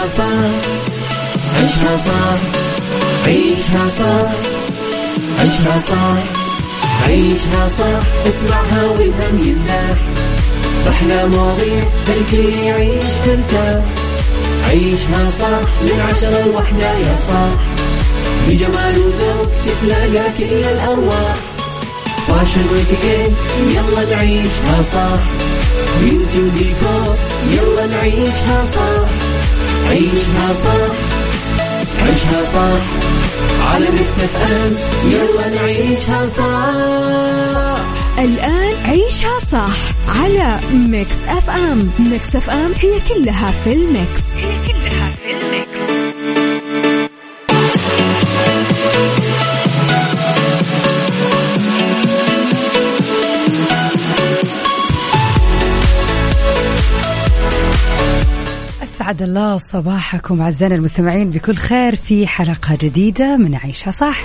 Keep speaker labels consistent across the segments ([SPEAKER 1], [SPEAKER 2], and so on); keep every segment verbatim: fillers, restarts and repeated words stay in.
[SPEAKER 1] عيشها صح عيشها صح عيشها صح عيشها صح عيشها صح اسمعها والهم ينزاح أحلى مواضيع الكل يعيش ترتاح عيشها صح من عشرة لوحدة يا صاح بجمال وذوق تتلاقى كل الأرواح فاشل واتيكيت يلا نعيشها صح بيوتي وديكور يلا نعيشها صح عيشها صح عيشها صح على ميكس اف ام يلا نعيشها صح.
[SPEAKER 2] الآن عيشها صح على ميكس اف ام. ميكس اف ام هي كلها في الميكس هي كلها في الميكس. أسعد الله صباحكم أعزائنا المستمعين بكل خير في حلقة جديدة من عيشها صح.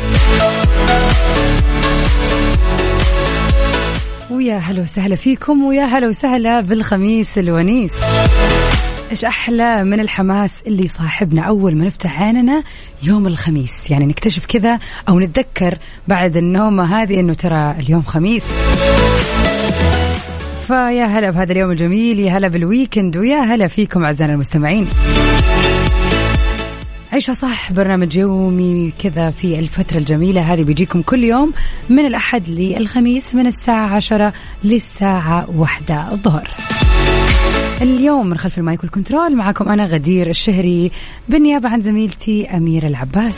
[SPEAKER 2] ويا هلا وسهلا فيكم ويا هلا وسهلا بالخميس الونيس. إيش أحلى من الحماس اللي صاحبنا أول ما نفتح عيننا يوم الخميس، يعني نكتشف كذا أو نتذكر بعد النومة هذه إنه ترى اليوم خميس. فيا هلا بهذا اليوم الجميل، يا هلا بالويكند، ويا هلا فيكم أعزائنا المستمعين. عيشها صح برنامج يومي كذا في الفترة الجميلة هذه بيجيكم كل يوم من الأحد للخميس من الساعة عشرة للساعة واحدة الظهر. اليوم من خلف المايك والكنترول معكم أنا غدير الشهري بالنيابة عن زميلتي أميرة العباس.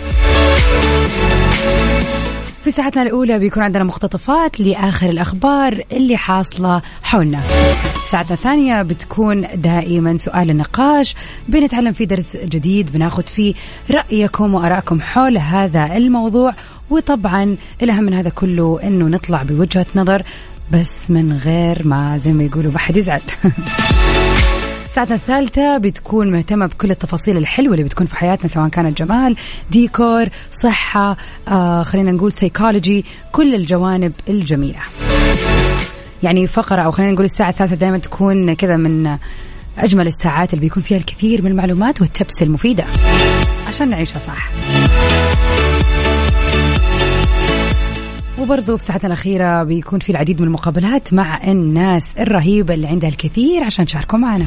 [SPEAKER 2] في ساعتنا الأولى بيكون عندنا مقتطفات لآخر الأخبار اللي حاصلة حولنا. ساعتنا الثانية بتكون دائما سؤال النقاش، بنتعلم فيه درس جديد، بناخد فيه رأيكم وأراءكم حول هذا الموضوع، وطبعا الأهم من هذا كله إنه نطلع بوجهة نظر بس من غير ما زي ما يقولوا بحد يزعل. ساعتنا الثالثة بتكون مهتمة بكل التفاصيل الحلوة اللي بتكون في حياتنا، سواء كانت جمال، ديكور، صحة، آه خلينا نقول سيكولوجي، كل الجوانب الجميلة. يعني فقرة أو خلينا نقول الساعة الثالثة دائما تكون كذا من أجمل الساعات اللي بيكون فيها الكثير من المعلومات والتبس المفيدة عشان نعيشها صح. وبرضو في ساعتنا الأخيرة بيكون في العديد من المقابلات مع الناس الرهيبة اللي عندها الكثير عشان تشاركوا معنا.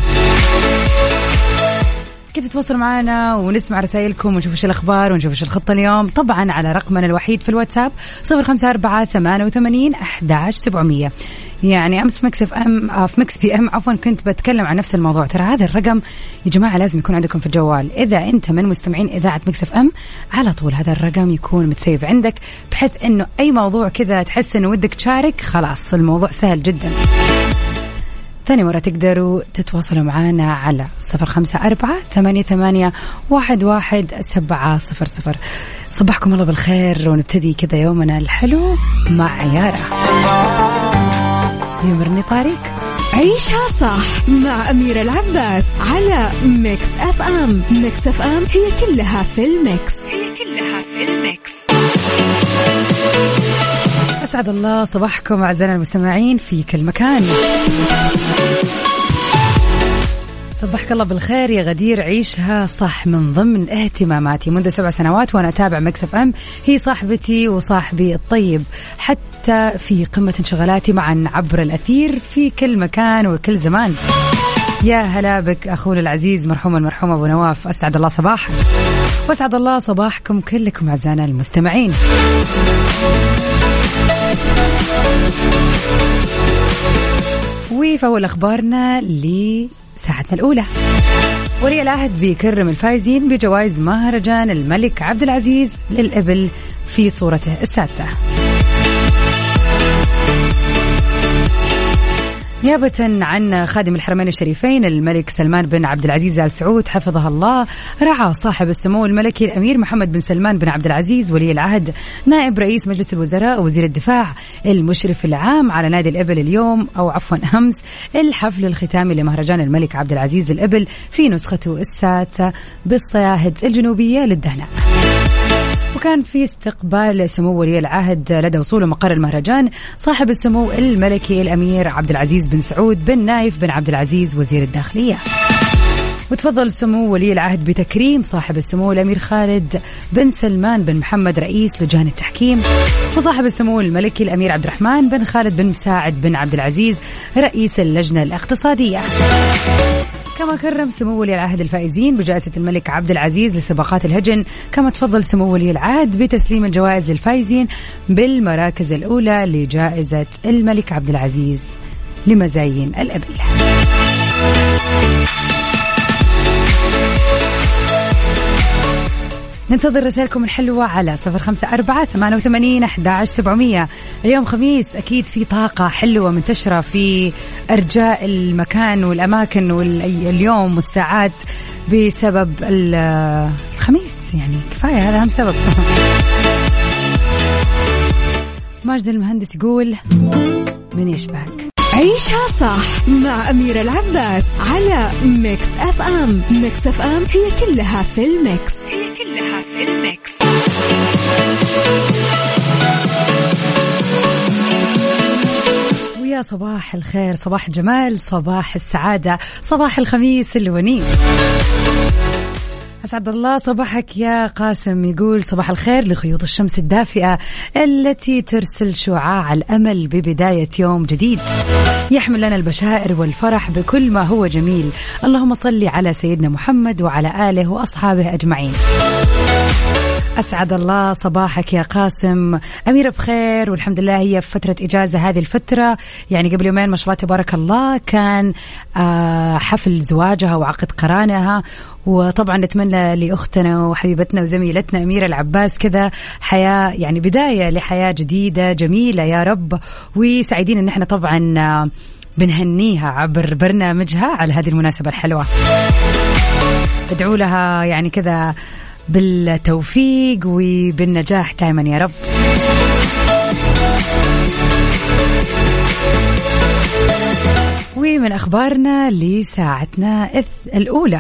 [SPEAKER 2] كيف تتواصلوا معنا ونسمع رسائلكم ونشوف ايش الأخبار ونشوف ايش الخطة اليوم؟ طبعا على رقمنا الوحيد في الواتساب صفر خمسة أربعة ثمانية وثمانين أحد عشر سبعمية. يعني أمس مكس في أم في مكس بي أم عفوا كنت بتكلم عن نفس الموضوع. ترى هذا الرقم يا جماعة لازم يكون عندكم في الجوال، إذا أنت من مستمعين إذاعة مكس في أم على طول هذا الرقم يكون متسيف عندك، بحيث إنه أي موضوع كذا تحس إنه ودك تشارك خلاص الموضوع سهل جدا. ثاني مرة تقدروا تتواصلوا معنا على صفر خمسة أربعة ثمانية ثمانية واحد واحد سبعة صفر صفر. صباحكم الله بالخير ونبتدي كذا يومنا الحلو مع عيارة. يمرني طارق. عيشها صح مع أميرة العباس على ميكس أف أم. ميكس أف أم هي كلها في الميكس هي كلها في الميكس. أسعد الله صباحكم أعزائنا المستمعين في كل مكان. صباحك الله بالخير يا غدير. عيشها صح من ضمن اهتماماتي منذ سبع سنوات وأنا أتابع ميكس اف ام، هي صاحبتي وصاحبي الطيب حتى في قمة انشغالاتي معا عبر الأثير في كل مكان وكل زمان. يا هلا بك أخونا العزيز مرحوم المرحوم أبو نواف، أسعد الله صباحك وأسعد الله صباحكم كلكم أعزائنا المستمعين. وفأول أخبارنا لساعتنا الأولى، ولي العهد بيكرم الفائزين بجوائز مهرجان الملك عبد العزيز للإبل في صورته السادسة. نيابة عن خادم الحرمين الشريفين الملك سلمان بن عبد العزيز آل سعود حفظه الله، رعى صاحب السمو الملكي الأمير محمد بن سلمان بن عبد العزيز ولي العهد نائب رئيس مجلس الوزراء ووزير الدفاع المشرف العام على نادي الإبل اليوم أو عفوا أمس الحفل الختامي لمهرجان الملك عبد العزيز للإبل في نسخته السادسة بالصياهد الجنوبية للدهنة. وكان في استقبال سمو ولي العهد لدى وصول مقر المهرجان صاحب السمو الملكي الأمير عبد العزيز بن سعود بن نايف بن عبد العزيز وزير الداخلية. وتفضل سمو ولي العهد بتكريم صاحب السمو الأمير خالد بن سلمان بن محمد رئيس لجان التحكيم، وصاحب السمو الملكي الأمير عبد الرحمن بن خالد بن مساعد بن عبد العزيز رئيس اللجنة الاقتصادية. كما كرم سمو ولي العهد الفائزين بجائزة الملك عبد العزيز لسباقات الهجن. كما تفضل سمو ولي العهد بتسليم الجوائز للفائزين بالمراكز الأولى لجائزة الملك عبد العزيز لمزايين الأبل. ننتظر رسائلكم الحلوة على صفر خمسة أربعة ثمانية وثمانين أحد عشر سبعمية. اليوم خميس، أكيد في طاقة حلوة منتشرة في أرجاء المكان والأماكن واليوم والساعات بسبب الخميس، يعني كفاية هذا أهم سبب. ماجد المهندس يقول من يشبهك.
[SPEAKER 3] عيشها صح مع أميرة العباس على ميكس أف أم. ميكس أف أم هي كلها في الميكس، هي كلها في الميكس.
[SPEAKER 2] ويا صباح الخير، صباح الجمال، صباح السعادة، صباح الخميس الونيس. أسعد الله صباحك يا قاسم. يقول صباح الخير لخيوط الشمس الدافئة التي ترسل شعاع الأمل ببداية يوم جديد يحمل لنا البشائر والفرح بكل ما هو جميل. اللهم صل على سيدنا محمد وعلى آله وأصحابه أجمعين. أسعد الله صباحك يا قاسم. أميرة بخير والحمد لله، هي في فترة إجازة هذه الفترة، يعني قبل يومين ما شاء الله تبارك الله كان حفل زواجها وعقد قرانها، وطبعا نتمنى لأختنا وحبيبتنا وزميلتنا أميرة العباس كذا حياة، يعني بداية لحياة جديدة جميلة يا رب، وسعيدين إن احنا طبعا بنهنيها عبر برنامجها على هذه المناسبة الحلوة. ادعوا لها يعني كذا بالتوفيق وبالنجاح دائما يا رب. ومن أخبارنا لساعتنا الأولى،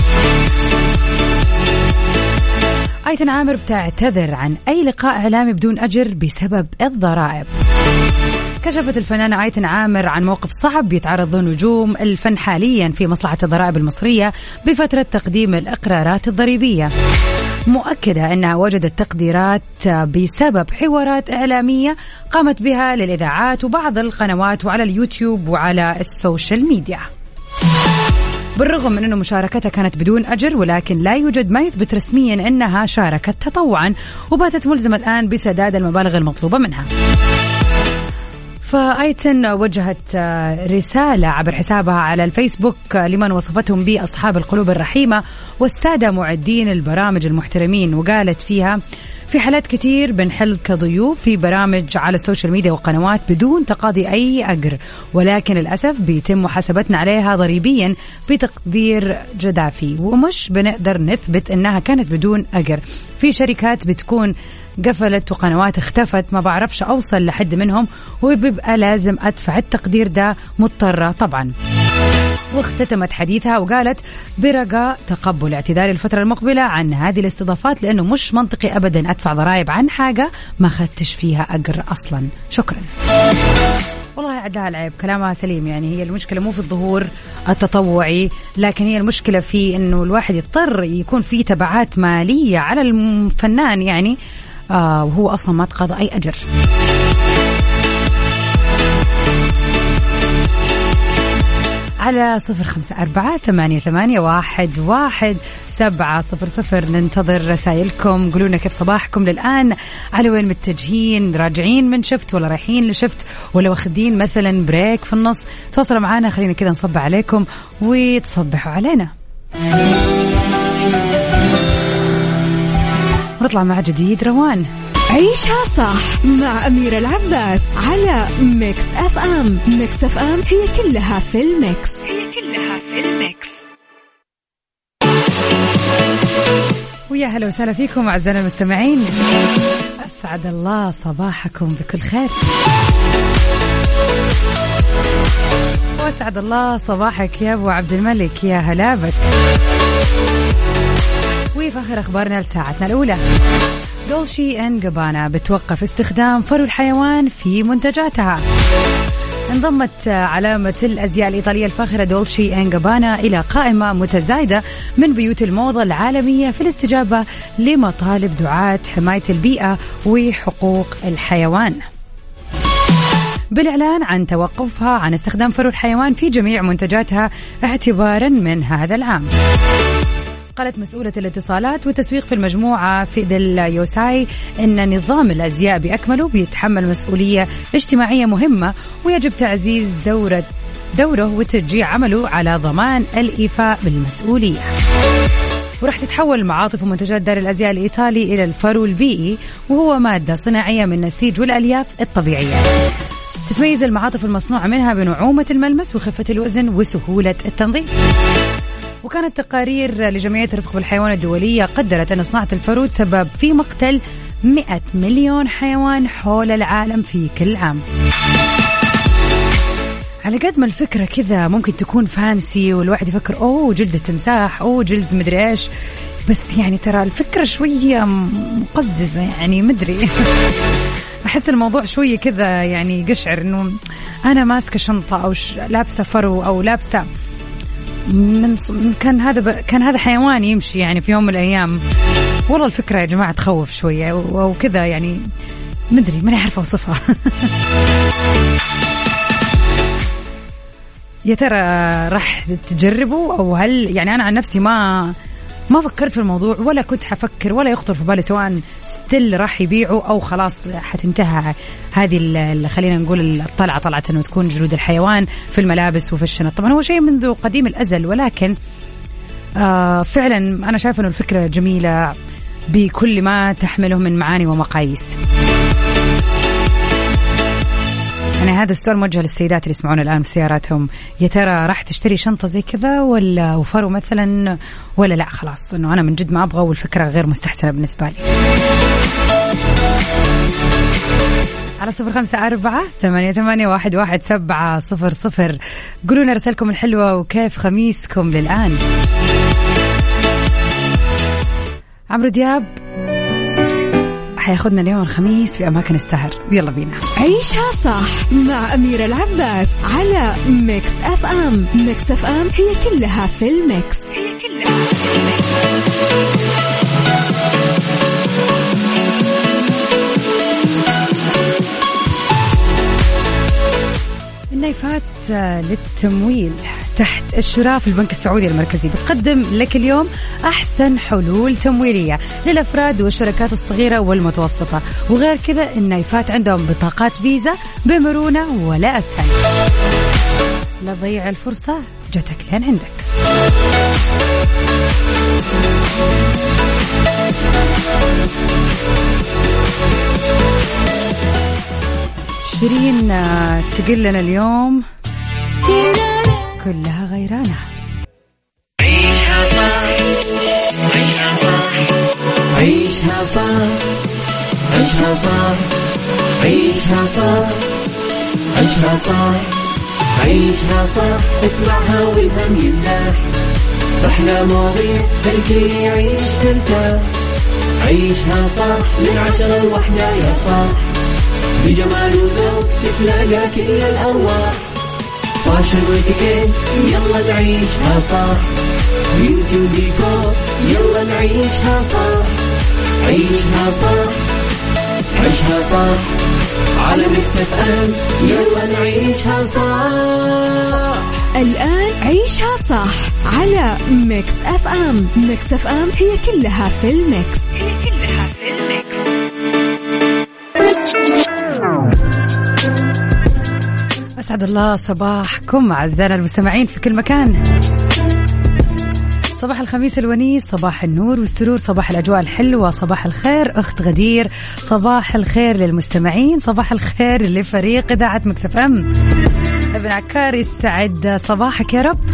[SPEAKER 2] آيتن عامر بتعتذر عن أي لقاء إعلامي بدون أجر بسبب الضرائب. كشفت الفنانة آيتن عامر عن موقف صعب يتعرض له نجوم الفن حاليا في مصلحة الضرائب المصرية بفترة تقديم الإقرارات الضريبية، مؤكدة أنها وجدت تقديرات بسبب حوارات إعلامية قامت بها للإذاعات وبعض القنوات وعلى اليوتيوب وعلى السوشيال ميديا. بالرغم من أن مشاركتها كانت بدون أجر، ولكن لا يوجد ما يثبت رسميا أنها شاركت تطوعا، وباتت ملزمة الآن بسداد المبالغ المطلوبة منها. فآيتن وجهت رسالة عبر حسابها على الفيسبوك لمن وصفتهم بأصحاب القلوب الرحيمة والسادة معدين البرامج المحترمين، وقالت فيها: في حالات كتير بنحل كضيوف في برامج على السوشيال ميديا وقنوات بدون تقاضي أي أجر، ولكن للأسف بيتم محاسبتنا عليها ضريبيا بتقدير جدافي، ومش بنقدر نثبت أنها كانت بدون أجر. في شركات بتكون قفلت وقنوات اختفت، ما بعرفش أوصل لحد منهم، وبيبقى لازم أدفع التقدير ده مضطرة طبعا. واختتمت حديثها وقالت: برجاء تقبل اعتذاري الفترة المقبلة عن هذه الاستضافات، لأنه مش منطقي أبدا أدفع ضرائب عن حاجة ما خدتش فيها أجر أصلا. شكرا. والله عدها العيب، كلامها سليم. يعني هي المشكلة مو في الظهور التطوعي، لكن هي المشكلة في أنه الواحد يضطر يكون فيه تبعات مالية على الفنان، يعني آه وهو أصلا ما تقاضى أي أجر. على صفر خمسة أربعة ثمانية ثمانية واحد واحد سبعة صفر صفر ننتظر رسائلكم. قولونا كيف صباحكم للآن، على وين متجهين، راجعين من شفت ولا رايحين لشفت، ولا واخدين مثلا بريك في النص. تواصلوا معنا، خلينا كده نصبح عليكم وتصبحوا علينا. ونطلع مع جديد روان.
[SPEAKER 3] عيشها صح مع أميرة العباس على ميكس أف أم. ميكس أف أم هي كلها في الميكس، هي كلها في الميكس.
[SPEAKER 2] ويا هلا وسهلا فيكم أعزائنا المستمعين، أسعد الله صباحكم بكل خير، وأسعد الله صباحك يا أبو عبد الملك، يا هلا بك. وفي آخر أخبارنا لساعتنا الأولى، دولشي أند جابانا بتوقف استخدام فرو الحيوان في منتجاتها. انضمت علامة الأزياء الإيطالية الفاخرة دولتشي إند جابانا إلى قائمة متزايدة من بيوت الموضة العالمية في الاستجابة لمطالب دعاة حماية البيئة وحقوق الحيوان، بالإعلان عن توقفها عن استخدام فرو الحيوان في جميع منتجاتها اعتبارا من هذا العام. قالت مسؤولة الاتصالات والتسويق في المجموعة فيدل يوساي إن نظام الأزياء بأكمله بيتحمل مسؤولية اجتماعية مهمة، ويجب تعزيز دورة دوره وتشجيع عمله على ضمان الإيفاء بالمسؤولية. وراح تتحول معاطف ومنتجات دار الأزياء الإيطالي إلى الفرو البيئي، وهو مادة صناعية من النسيج والألياف الطبيعية. تتميز المعاطف المصنوعة منها بنعومة الملمس وخفة الوزن وسهولة التنظيف. وكانت تقارير لجمعية الرفق بالحيوان الدولية قدرت أن صناعة الفرو تسبب في مقتل مئة مليون حيوان حول العالم في كل عام. على قد ما الفكرة كذا ممكن تكون فانسي والواحد يفكر أوه جلد التمساح أوه جلد مدري إيش، بس يعني ترى الفكرة شوية مقززة، يعني مدري أحس الموضوع شوية كذا يعني قشعر إنه أنا ماسكة شنطة أو لابسة فرو أو لابسة من كان هذا ب... كان هذا حيوان يمشي يعني في يوم من الأيام. والله الفكرة يا جماعة تخوف شوية أو كذا، يعني مدري ماني عارفة أوصفها. يا ترى راح تجربوا أو هل يعني أنا عن نفسي ما ما فكرت في الموضوع ولا كنت حفكر ولا يخطر في بالي سواء ستيل راح يبيعوا أو خلاص حتنتهى هذه اللي خلينا نقول الطلعة طلعة أنه تكون جلود الحيوان في الملابس وفي الشنط. طبعا هو شيء منذ قديم الأزل، ولكن آه فعلا أنا شايفة أنه الفكرة جميلة بكل ما تحمله من معاني ومقاييس. أنا هذا السؤال موجه للسيدات اللي يسمعون الآن في سياراتهم، يا ترى راح تشتري شنطة زي كذا ولا وفرو مثلا ولا لا خلاص إنه أنا من جد ما أبغى والفكرة غير مستحسنة بالنسبة لي. على صفر خمسة أربعة ثمانية ثمانية واحد واحد سبعة صفر صفر قولونا رسالكم الحلوة وكيف خميسكم للآن. عمرو دياب حياخدنا اليوم الخميس في أماكن السهر، يلا بينا
[SPEAKER 3] عيشها صح مع أميرة العباس على ميكس أف أم. ميكس أف أم هي كلها في الميكس، هي كلها في الميكس.
[SPEAKER 2] النايفات للتمويل تحت إشراف البنك السعودي المركزي بتقدم لك اليوم أحسن حلول تمويلية للأفراد والشركات الصغيرة والمتوسطة، وغير كذا النايفات عندهم بطاقات فيزا بمرونة ولا أسهل. لا تضيع الفرصة، جاتك لين عندك. شيرين تقول لنا اليوم كلها غيرانة.
[SPEAKER 1] عيشها صح عيشها صح عيشها صح عيشها صح عيشها صح عيشها صح عيشها صح اسمعها والهم ينزاح، أحلى مواضيع الكل يعيش ترتاح. عيشها صح من عشرة لوحدة يا صاح، بجمال وذوق تتلاقى كل الأرواح. فاشل واتيكيت يلا نعيشها صح، بيوتي وديكور يلا نعيشها صح. عيشها صح عيشها صح على ميكس اف ام يلا نعيشها صح.
[SPEAKER 3] الآن عيشها صح على ميكس اف ام. ميكس اف ام هي كلها في الميكس، هي كلها في الميكس.
[SPEAKER 2] أسعد الله صباحكم أعزائنا المستمعين في كل مكان. صباح الخميس الونيس، صباح النور والسرور، صباح الأجواء الحلوة، صباح الخير أخت غدير، صباح الخير للمستمعين، صباح الخير لفريق إذاعة ميكس اف ام. ابن عكار يسعد صباحك يا رب،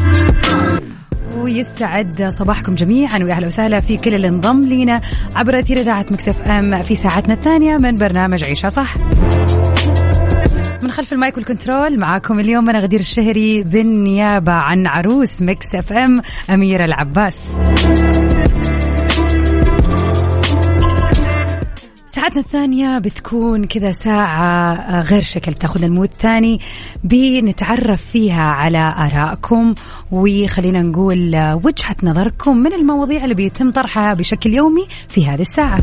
[SPEAKER 2] ويسعد صباحكم جميعا، وأهلا وسهلا في كل اللي انضم لينا عبر أثير إذاعة ميكس اف ام في ساعتنا الثانية من برنامج عيشها صح. من خلف المايك والكنترول معاكم اليوم أنا غدير الشهري بالنيابة عن عروس ميكس اف ام أميرة العباس. ساعتنا الثانية بتكون كذا ساعة غير شكل، بتاخذ المود الثاني بنتعرف فيها على آرائكم وخلينا نقول وجهة نظركم من المواضيع اللي بيتم طرحها بشكل يومي في هذه الساعة.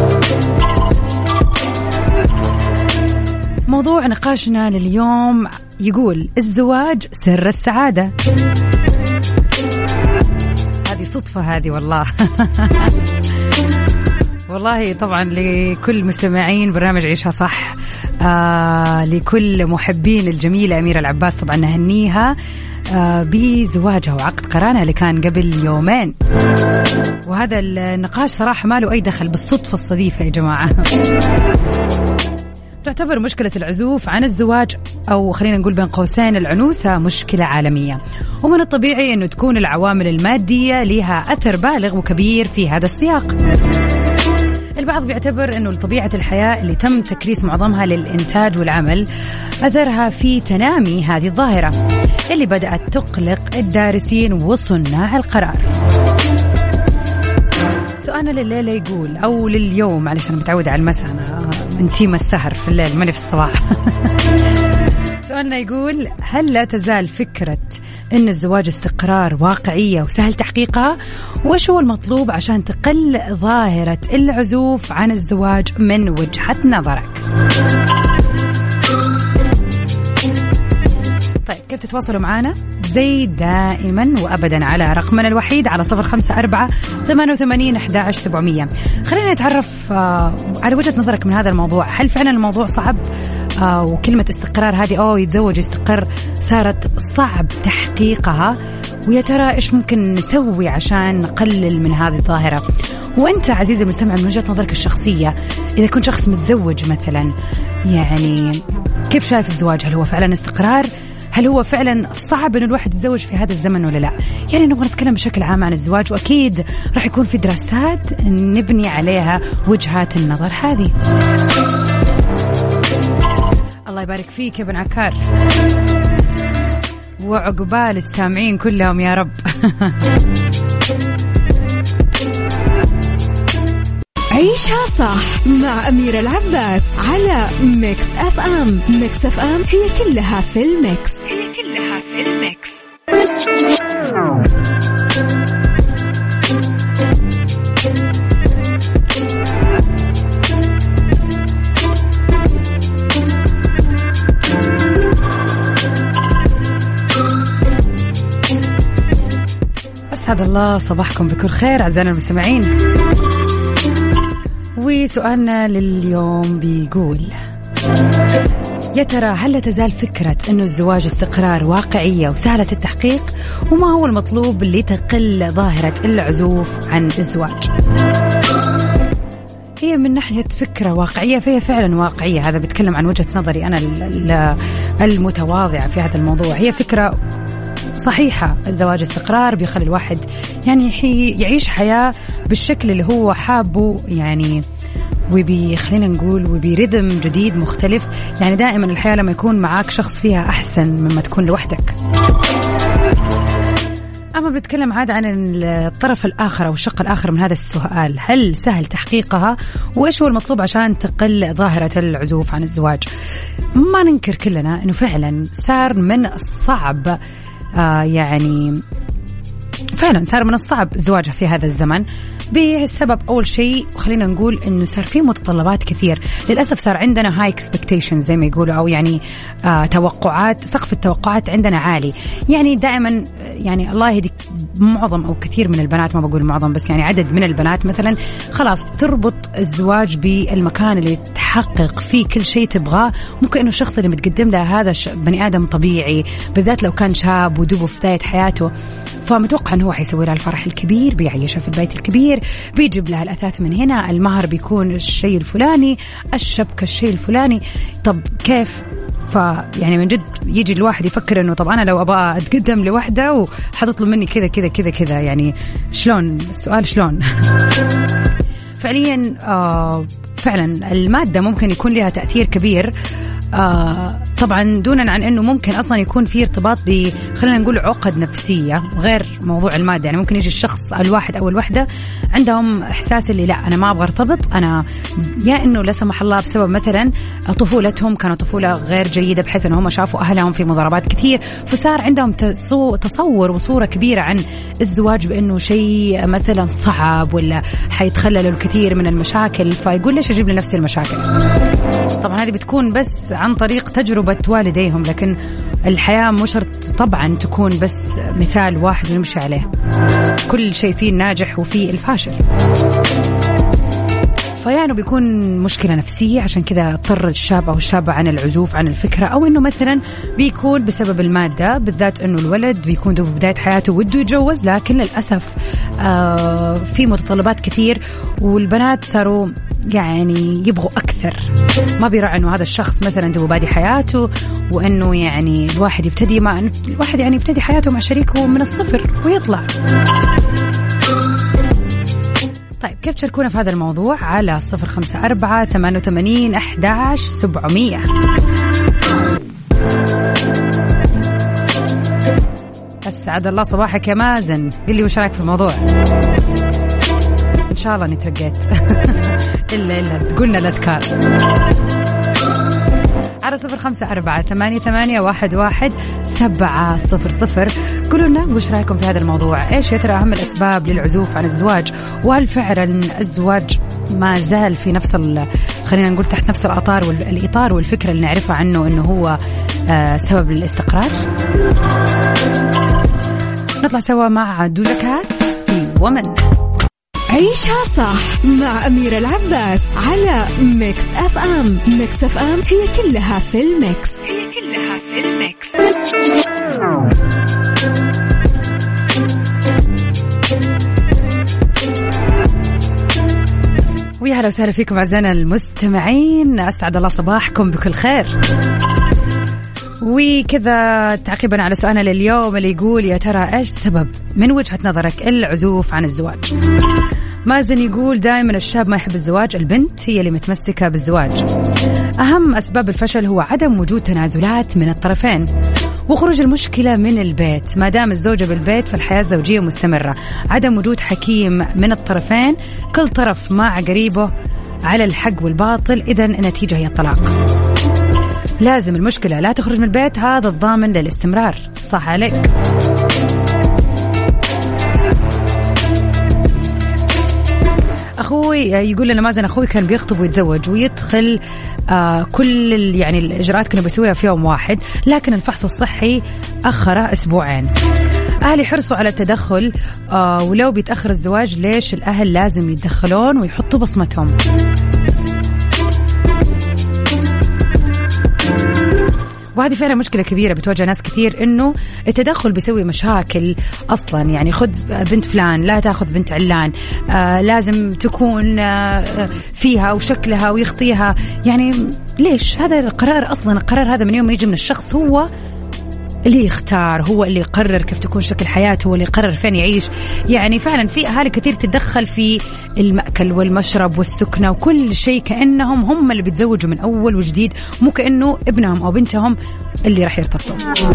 [SPEAKER 2] موضوع نقاشنا لليوم يقول الزواج سر السعادة. هذه صدفة هذه والله. والله طبعا لكل مستمعين برنامج عيشها صح، آه لكل محبين الجميلة أميرة العباس طبعا نهنيها آه بزواجها وعقد قرانها اللي كان قبل يومين. وهذا النقاش صراحة ما له أي دخل بالصدفة الصديفة يا جماعة. تعتبر مشكلة العزوف عن الزواج أو خلينا نقول بين قوسين العنوسة مشكلة عالمية، ومن الطبيعي أنه تكون العوامل المادية لها أثر بالغ وكبير في هذا السياق. البعض بيعتبر أنه طبيعة الحياة اللي تم تكريس معظمها للإنتاج والعمل أثرها في تنامي هذه الظاهرة اللي بدأت تقلق الدارسين وصناع القرار. سؤالنا لليلة يقول أو لليوم، معلش أنا متعودة على المساء، أنا من تيم السهر في الليل ماني في الصباح. سؤالنا يقول هل لا تزال فكرة أن الزواج استقرار واقعية وسهل تحقيقها؟ وش هو المطلوب عشان تقل ظاهرة العزوف عن الزواج من وجهة نظرك؟ طيب كيف تتواصلوا معنا؟ زي دائما وأبدا على رقمنا الوحيد على صفر خمسة أربعة ثمانية وثمانين أحد عشر سبعمية. خلينا نتعرف آه على وجهة نظرك من هذا الموضوع. هل فعلا الموضوع صعب آه وكلمة استقرار هذه أو يتزوج يستقر صارت صعب تحقيقها؟ ويا ترى إيش ممكن نسوي عشان نقلل من هذه الظاهرة؟ وأنت عزيزي المستمع من وجهة نظرك الشخصية إذا كنت شخص متزوج مثلا، يعني كيف شايف الزواج؟ هل هو فعلا استقرار؟ هل هو فعلا صعب أن الواحد يتزوج في هذا الزمن ولا لا؟ يعني نبغى نتكلم بشكل عام عن الزواج، وأكيد راح يكون في دراسات نبني عليها وجهات النظر هذه. الله يبارك فيك يا ابن عكار، وعقبال السامعين كلهم يا رب.
[SPEAKER 3] عيشها صح مع أميرة العباس على ميكس أف أم. ميكس أف أم هي كلها في الميكس، هي كلها في الميكس.
[SPEAKER 2] أسعد الله صباحكم بكل خير أعزائنا المستمعين. وسؤالنا لليوم بيقول يا ترى هل لا تزال فكرة أنه الزواج استقرار واقعية وسهلة التحقيق؟ وما هو المطلوب لتقل ظاهرة العزوف عن الزواج؟ هي من ناحية فكرة واقعية فهي فعلا واقعية، هذا بتكلم عن وجهة نظري أنا المتواضعة في هذا الموضوع. هي فكرة صحيحة، الزواج استقرار بيخلي الواحد يعني يعيش حياة بالشكل اللي هو حابه، يعني وبيخلينا نقول وبرذم جديد مختلف. يعني دائما الحياة لما يكون معاك شخص فيها أحسن مما تكون لوحدك. أما بنتكلم عاد عن الطرف الآخر أو الشق الآخر من هذا السؤال، هل سهل تحقيقها؟ وإيش هو المطلوب عشان تقل ظاهرة العزوف عن الزواج؟ ما ننكر كلنا أنه فعلا صار من الصعب آه يعني فعلا صار من الصعب الزواج في هذا الزمن بسبب أول شيء خلينا نقول إنه صار في متطلبات كثير. للأسف صار عندنا هاي expectations زي ما يقولوا، أو يعني آه توقعات، سقف التوقعات عندنا عالي. يعني دائما يعني الله يهديك معظم أو كثير من البنات، ما بقول معظم بس يعني عدد من البنات مثلا خلاص تربط الزواج بالمكان اللي تحقق فيه كل شيء تبغاه. ممكن إنه الشخص اللي متقدم له هذا بني آدم طبيعي، بالذات لو كان شاب ودوبه في بداية حياته، فمتوقع أنه هو حيسوي لها الفرح الكبير، بيعيشها في البيت الكبير، بيجيب لها الأثاث من هنا، المهر بيكون الشيء الفلاني، الشبكة الشيء الفلاني. طب كيف؟ فيعني من جد يجي الواحد يفكر أنه طب أنا لو أبغى أتقدم لوحدة وحتطلب مني كذا كذا كذا كذا، يعني شلون؟ السؤال شلون؟ فعليا آه فعلا المادة ممكن يكون لها تأثير كبير، آه طبعا دونا عن أنه ممكن أصلا يكون في ارتباط ب خلينا نقول عقد نفسية غير موضوع المادة. يعني ممكن يجي الشخص الواحد أو الوحدة عندهم إحساس اللي لا أنا ما أبغى ارتبط، أنا يا أنه لا سمح الله بسبب مثلا طفولتهم كانوا طفولة غير جيدة بحيث أنه هم شافوا أهلهم في مضاربات كثير، فصار عندهم تصور وصورة كبيرة عن الزواج بأنه شيء مثلا صعب ولا حيتخلل الكثير من المشاكل، فيقول ليش أجيب لنفسي المشاكل. طبعا هذه بتكون بس عن طريق تجربة والديهم، لكن الحياة مو شرط طبعا تكون بس مثال واحد نمشي عليه، كل شيء فيه الناجح وفيه الفاشل. فيعني بيكون مشكلة نفسية، عشان كذا اضطر الشاب أو الشابة عن العزوف عن الفكرة، أو إنه مثلا بيكون بسبب المادة، بالذات إنه الولد بيكون في بداية حياته وده يتجوز، لكن للأسف آه في متطلبات كثير والبنات صاروا يعني يبغوا أكثر، ما بيراعي إنه هذا الشخص مثلا دوب بادي حياته، وإنه يعني الواحد يبتدي مع الواحد يعني يبتدي حياته مع شريكه من الصفر ويطلع. طيب كيف تشاركونا في هذا الموضوع؟ على صفر خمسة أربعة ثمانية وثمانين أحد عشر سبعمية. أسعد الله صباحك يا مازن، قل لي وش رأيك في الموضوع؟ إن شاء الله نترقيت إلا إلا تقولنا الأذكار على صفر خمسة أربعة ثمانية ثمانية واحد واحد سبعة صفر صفر. قولوا لنا وش رأيكم في هذا الموضوع؟ إيش يا ترى أهم الأسباب للعزوف عن الزواج؟ وهل فعلا الزواج ما زال في نفس خلينا نقول تحت نفس الأطار والإطار والفكرة اللي نعرفها عنه إنه هو آه سبب للاستقرار؟ نطلع سوا مع دولكات في ومن.
[SPEAKER 3] عيشها صح مع أميرة العباس على ميكس أف أم. ميكس أف أم هي كلها في الميكس، هي كلها في الميكس.
[SPEAKER 2] ويا هلا وسهلا فيكم أعزائنا المستمعين، أسعد الله صباحكم بكل خير. وكذا تعقيبا على سؤالنا لليوم اللي يقول يا ترى إيش سبب من وجهة نظرك العزوف عن الزواج؟ مازن يقول دائما الشاب ما يحب الزواج، البنت هي اللي متمسكة بالزواج. أهم أسباب الفشل هو عدم وجود تنازلات من الطرفين وخروج المشكلة من البيت. ما دام الزوجة بالبيت فالحياة الزوجية مستمرة. عدم وجود حكيم من الطرفين، كل طرف مع قريبه على الحق والباطل، إذن النتيجة هي الطلاق. لازم المشكلة لا تخرج من البيت، هذا الضامن للاستمرار. صح عليك. أخوي يقول لنا مازن أخوي كان بيخطب ويتزوج ويدخل آه كل يعني الإجراءات كانوا بيسويها في يوم واحد، لكن الفحص الصحي أخره أسبوعين. أهلي حرصوا على التدخل آه ولو بيتأخر الزواج ليش الأهل لازم يتدخلون ويحطوا بصمتهم؟ وهذه فعلا مشكلة كبيرة بتواجه ناس كثير، إنه التدخل بيسوي مشاكل أصلا. يعني خذ بنت فلان لا تأخذ بنت علان، آه لازم تكون آه فيها وشكلها ويخطيها. يعني ليش؟ هذا القرار أصلا القرار هذا من يوم يجي من الشخص، هو اللي يختار، هو اللي يقرر كيف تكون شكل حياته، هو اللي يقرر فين يعيش. يعني فعلا في أهالي كثير تتدخل في المأكل والمشرب والسكنة وكل شيء، كأنهم هم اللي بيتزوجوا من أول وجديد، مو كأنه ابنهم أو بنتهم اللي راح يرتبطوا.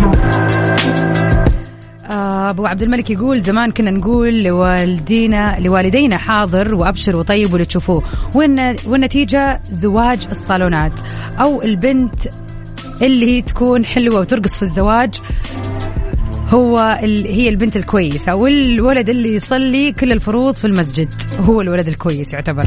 [SPEAKER 2] أبو عبد الملك يقول زمان كنا نقول لوالدينا لوالدينا حاضر وأبشر وطيب واللي تشوفوه، والنتيجة زواج الصالونات، أو البنت اللي تكون حلوة وترقص في الزواج هو هي البنت الكويسة، والولد اللي يصلي كل الفروض في المسجد هو الولد الكويس يعتبر.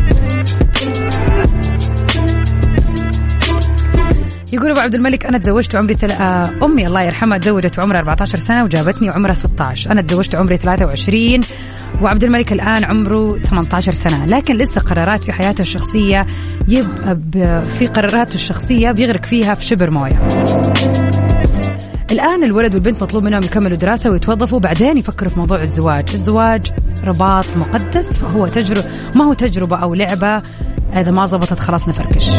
[SPEAKER 2] يقول أبو عبد الملك أنا تزوجت عمري ثل... آه أمي الله يرحمها تزوجت عمرها أربعة عشر سنة وجابتني عمرها ستة عشر، أنا تزوجت عمري ثلاثة وعشرين وعبد الملك الآن عمره ثمانية عشر سنة، لكن لسه قرارات في حياته الشخصية يبقى ب... في قراراته الشخصية بيغرق فيها في شبر موية. الآن الولد والبنت مطلوب منهم يكملوا دراسة ويتوظفوا بعدين يفكروا في موضوع الزواج. الزواج رباط مقدس، فهو تجربة ما هو تجربة أو لعبة إذا ما زبطت خلاص نفركش.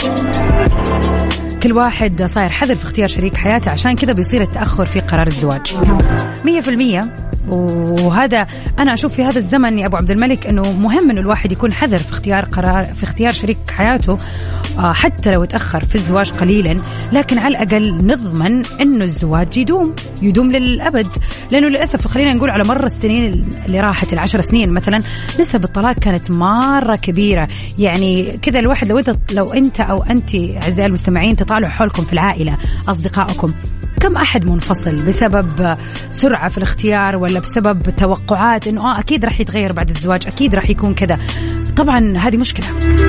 [SPEAKER 2] كل واحد صاير حذر في اختيار شريك حياته، عشان كذا بيصير التأخر في قرار الزواج. مية في المية وهذا أنا أشوف في هذا الزمن يا أبو عبد الملك أنه مهم أنه الواحد يكون حذر في اختيار قرار في اختيار شريك حياته، حتى لو تأخر في الزواج قليلا، لكن على الأقل نضمن أنه الزواج يدوم يدوم للأبد. لأنه للأسف خلينا نقول على مر السنين اللي راحت، العشر سنين مثلا، نسب الطلاق كانت مرة كبيرة. يعني كذا الواحد لو أنت لو أنت أو أنت أعزائي المستمعين تطالعوا حولكم في العائلة أصدقائكم، كم أحد منفصل بسبب سرعة في الاختيار ولا بسبب توقعات إنه آه أكيد رح يتغير بعد الزواج، أكيد رح يكون كذا. طبعا هذه مشكلة.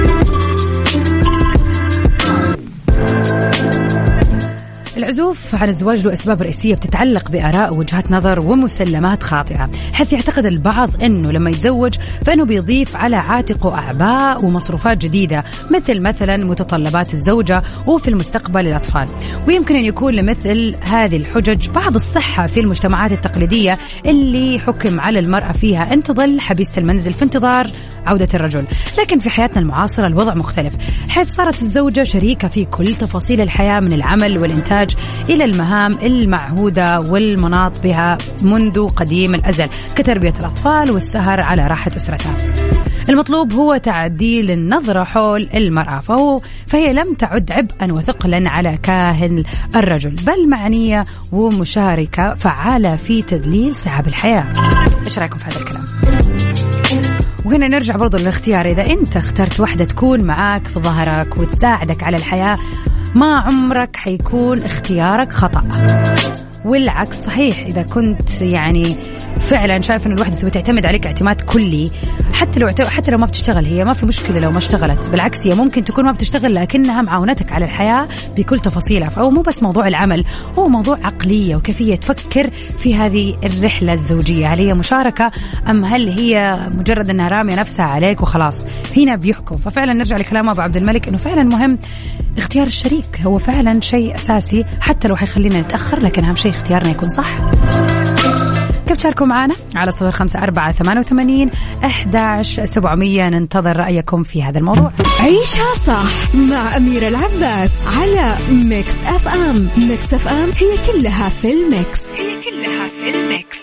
[SPEAKER 2] العزوف عن الزواج له أسباب رئيسية بتتعلق بآراء ووجهات نظر ومسلمات خاطئة، حيث يعتقد البعض أنه لما يتزوج فإنه بيضيف على عاتقه أعباء ومصروفات جديدة، مثل مثلا متطلبات الزوجة وفي المستقبل الأطفال. ويمكن أن يكون لمثل هذه الحجج بعض الصحة في المجتمعات التقليدية اللي حكم على المرأة فيها أن تظل حبيسة المنزل في انتظار عودة الرجل. لكن في حياتنا المعاصرة الوضع مختلف، حيث صارت الزوجة شريكة في كل تفاصيل الحياة، من العمل والإنتاج إلى المهام المعهودة والمناط بها منذ قديم الأزل، كتربية الأطفال والسهر على راحة أسرتها. المطلوب هو تعديل النظرة حول المرأة، فهو فهي لم تعد عبئا وثقلا على كاهل الرجل، بل معنية ومشاركة فعالة في تدليل صعاب الحياة. إيش رأيكم في هذا الكلام؟ وهنا نرجع برضو للاختيار. إذا أنت اخترت واحدة تكون معاك في ظهرك وتساعدك على الحياة، ما عمرك حيكون اختيارك خطأ. والعكس صحيح، إذا كنت يعني فعلا شايف أن الوحدة تبي تعتمد عليك اعتماد كلي، حتى لو حتى لو ما بتشتغل، هي ما في مشكلة لو ما اشتغلت، بالعكس هي ممكن تكون ما بتشتغل لكنها معاونتك على الحياة بكل تفاصيلها. فهو مو بس موضوع العمل، هو موضوع عقلية وكيفية تفكر في هذه الرحلة الزوجية. هل هي مشاركة أم هل هي مجرد أنها رامية نفسها عليك وخلاص؟ هنا بيحكم. ففعلا نرجع لكلام أبو عبد الملك أنه فعلا مهم اختيار الشريك، هو فعلا شيء أساسي حتى لو حيخلينا نتأخر، لكن أهم شيء اختيارنا يكون صح. كيف تشاركوا معنا على صفر خمسة أربعة ثمانية وثمانين أحد عشر سبعمية؟ ننتظر رأيكم في هذا الموضوع.
[SPEAKER 3] عيشها صح مع أميرة العباس على ميكس أف أم. ميكس أف أم هي كلها في الميكس، هي كلها في الميكس.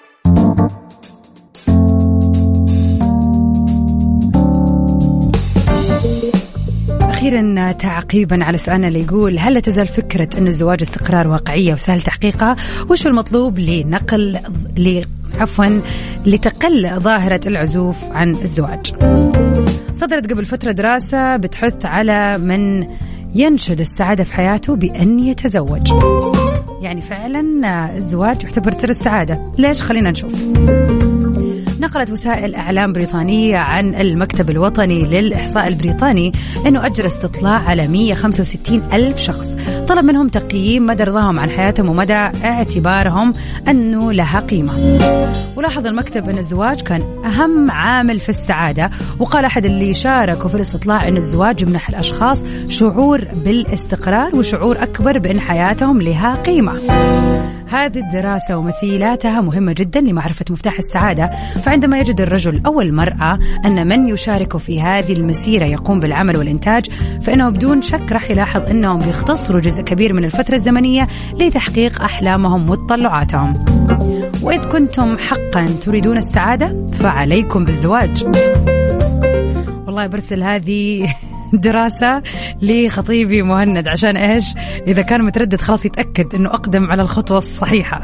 [SPEAKER 2] أخيرا تعقيبا على سؤالنا اللي يقول هل لا تزال فكرة أن الزواج استقرار واقعية وسهل تحقيقها؟ وش المطلوب لنقل ل... عفوا لتقل ظاهرة العزوف عن الزواج؟ صدرت قبل فترة دراسة بتحث على من ينشد السعادة في حياته بأن يتزوج. يعني فعلا الزواج يعتبر سر السعادة. ليش؟ خلينا نشوف. نقلت وسائل إعلام بريطانية عن المكتب الوطني للإحصاء البريطاني أنه أجرى استطلاع على مئة وخمسة وستين ألف شخص، طلب منهم تقييم مدى رضاهم عن حياتهم ومدى اعتبارهم أنه لها قيمة. ولاحظ المكتب أن الزواج كان أهم عامل في السعادة، وقال أحد اللي شاركوا في الاستطلاع أن الزواج يمنح الأشخاص شعور بالاستقرار وشعور أكبر بأن حياتهم لها قيمة. هذه الدراسة ومثيلاتها مهمة جدا لمعرفة مفتاح السعادة. فعندما يجد الرجل أو المرأة أن من يشارك في هذه المسيرة يقوم بالعمل والإنتاج، فإنه بدون شك راح يلاحظ أنهم بيختصروا جزء كبير من الفترة الزمنية لتحقيق أحلامهم وتطلعاتهم. وإذ كنتم حقا تريدون السعادة فعليكم بالزواج. والله برسل هذه دراسة لخطيبي مهند، عشان إيش؟ إذا كان متردد خلاص يتأكد أنه أقدم على الخطوة الصحيحة.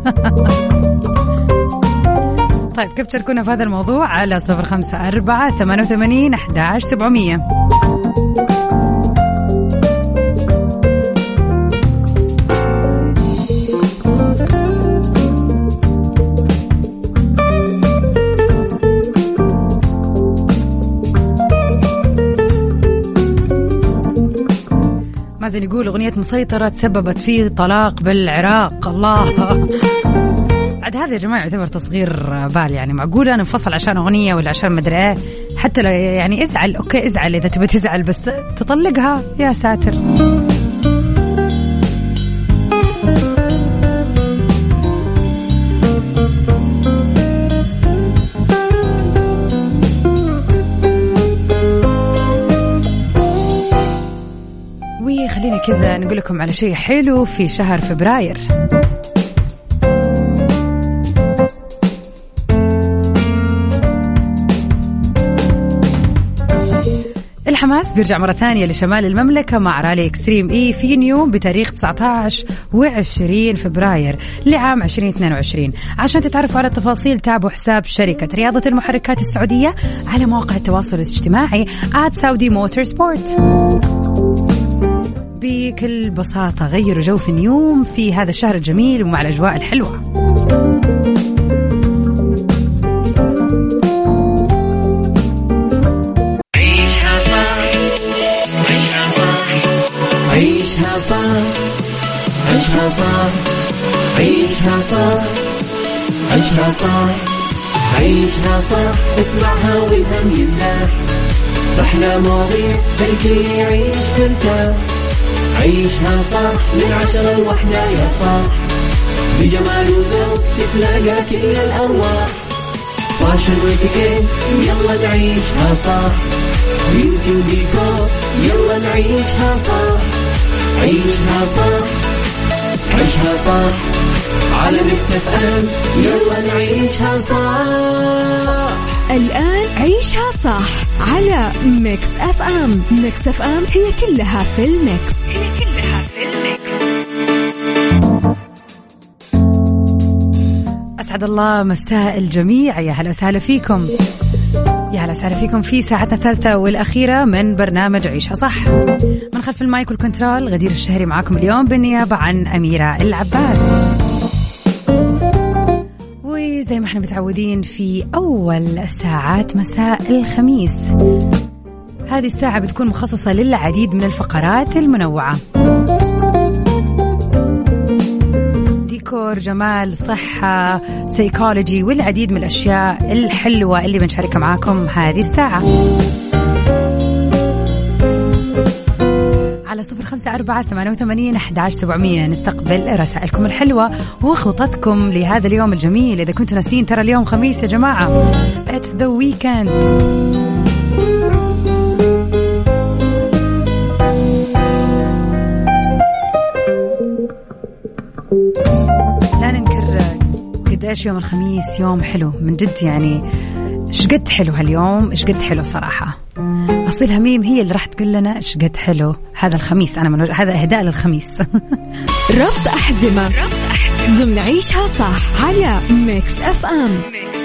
[SPEAKER 2] طيب كيف تشاركونا في هذا الموضوع؟ على صفر خمسة أربعة ثمانية وثمانين أحد عشر سبعمية. مازن يقول أغنية مسيطرة تسببت في طلاق بالعراق. الله، بعد هذا يا جماعة يعتبر تصغير بال. يعني معقولة أنا انفصل عشان أغنية ولا عشان مدري إيه؟ حتى لو يعني ازعل، أوكي ازعل إذا تبي تزعل، بس تطلقها يا ساتر. خلينا كذا نقول لكم على شيء حلو في شهر فبراير. العباس بيرجع مرة ثانية لشمال المملكة مع رالي إكستريم إي في نيوم بتاريخ تسعة عشر وعشرين فبراير لعام عشرين اثنين وعشرين. عشان تتعرفوا على التفاصيل تابعوا حساب شركة رياضة المحركات السعودية على مواقع التواصل الاجتماعي آت سعودي موتور سبورت. بكل بساطة غيروا جو في نيوم في هذا الشهر الجميل ومع الأجواء الحلوة.
[SPEAKER 1] عيشها صح عيشها صح عيشها صح عيشها صح عيشها صح عيشها صح اسمعها والهم ينزاح أحلى مواضيع الكل يعيش ترتاح عيشها صح من عشرة لوحدة يا صاح بجمال وذوق تتلاقى كل الأرواح فاشل واتيكيت يلا نعيشها صح بيوتي وديكور يلا نعيشها صح عيشها صح عيشها صح على ميكس اف ام يلا نعيشها صح.
[SPEAKER 3] الآن عيشها صح على ميكس اف ام. ميكس اف ام هي كلها في الميكس. هي كلها في الميكس.
[SPEAKER 2] أسعد الله مساء الجميع، يا هلا وسهلا فيكم، يا هلا وسهلا فيكم في ساعتنا الثالثة والأخيرة من برنامج عيشها صح. من خلف المايك والكنترول غدير الشهري معاكم اليوم بالنيابة عن أميرة العباس. وزي ما احنا متعودين في أول ساعات مساء الخميس، هذه الساعة بتكون مخصصة للعديد من الفقرات المنوعة، ديكور، جمال، صحة، سيكولوجي، والعديد من الأشياء الحلوة اللي بنشاركها معاكم هذه الساعة على صفر خمسة أربعة ثمانية وثمانين أحد عشر سبعمية. نستقبل رسائلكم الحلوة وخططكم لهذا اليوم الجميل. إذا كنتوا ناسين ترى اليوم خميس يا جماعة، It's the weekend. لا ننكر قديش يوم الخميس يوم حلو من جد، يعني شقد حلو هاليوم، شقد حلو صراحة. أصيل هميم هي اللي راح تقول لنا شقد حلو هذا الخميس. أنا من وجه هذا إهداء للخميس.
[SPEAKER 3] ربط أحزمة ضمن عيشها صح على ميكس اف ام.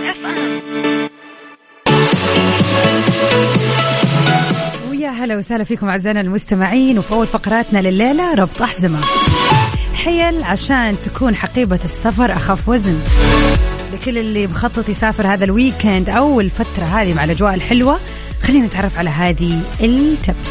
[SPEAKER 2] ويا هلا وسهلا فيكم أعزائنا المستمعين. وفي أول فقراتنا لليلة ربط أحزمة، حيل عشان تكون حقيبة السفر أخف وزن. لكل اللي بخطط يسافر هذا الويكند أو الفترة هذه مع الأجواء الحلوة، خلينا نتعرف على هذه التبس.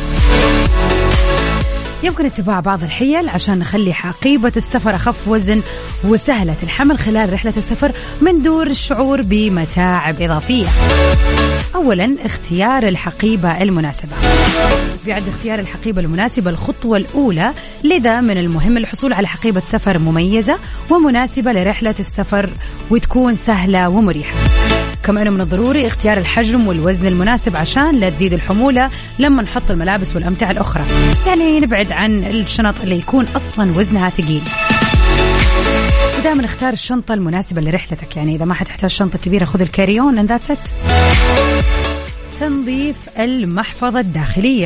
[SPEAKER 2] يمكن اتباع بعض الحيل عشان نخلي حقيبة السفر أخف وزن وسهلة الحمل خلال رحلة السفر من دون الشعور بمتاعب إضافية. أولا، اختيار الحقيبة المناسبة. بعد اختيار الحقيبة المناسبة الخطوة الأولى، لذا من المهم الحصول على حقيبة سفر مميزة ومناسبة لرحلة السفر وتكون سهلة ومريحة. كما أنه من الضروري اختيار الحجم والوزن المناسب عشان لا تزيد الحمولة لما نحط الملابس والأمتعة الأخرى، يعني نبعد عن الشنط اللي يكون أصلا وزنها ثقيل. ودائما اختار الشنطة المناسبة لرحلتك، يعني إذا ما حتحتاج شنطة كبيرة خذ الكاريون and that's it. تنظيف المحفظة الداخلية.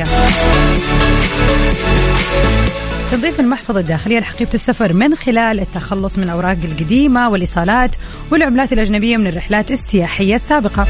[SPEAKER 2] تنظيف المحفظة الداخلية لحقيبة السفر من خلال التخلص من الأوراق القديمة والإيصالات والعملات الأجنبية من الرحلات السياحية السابقة.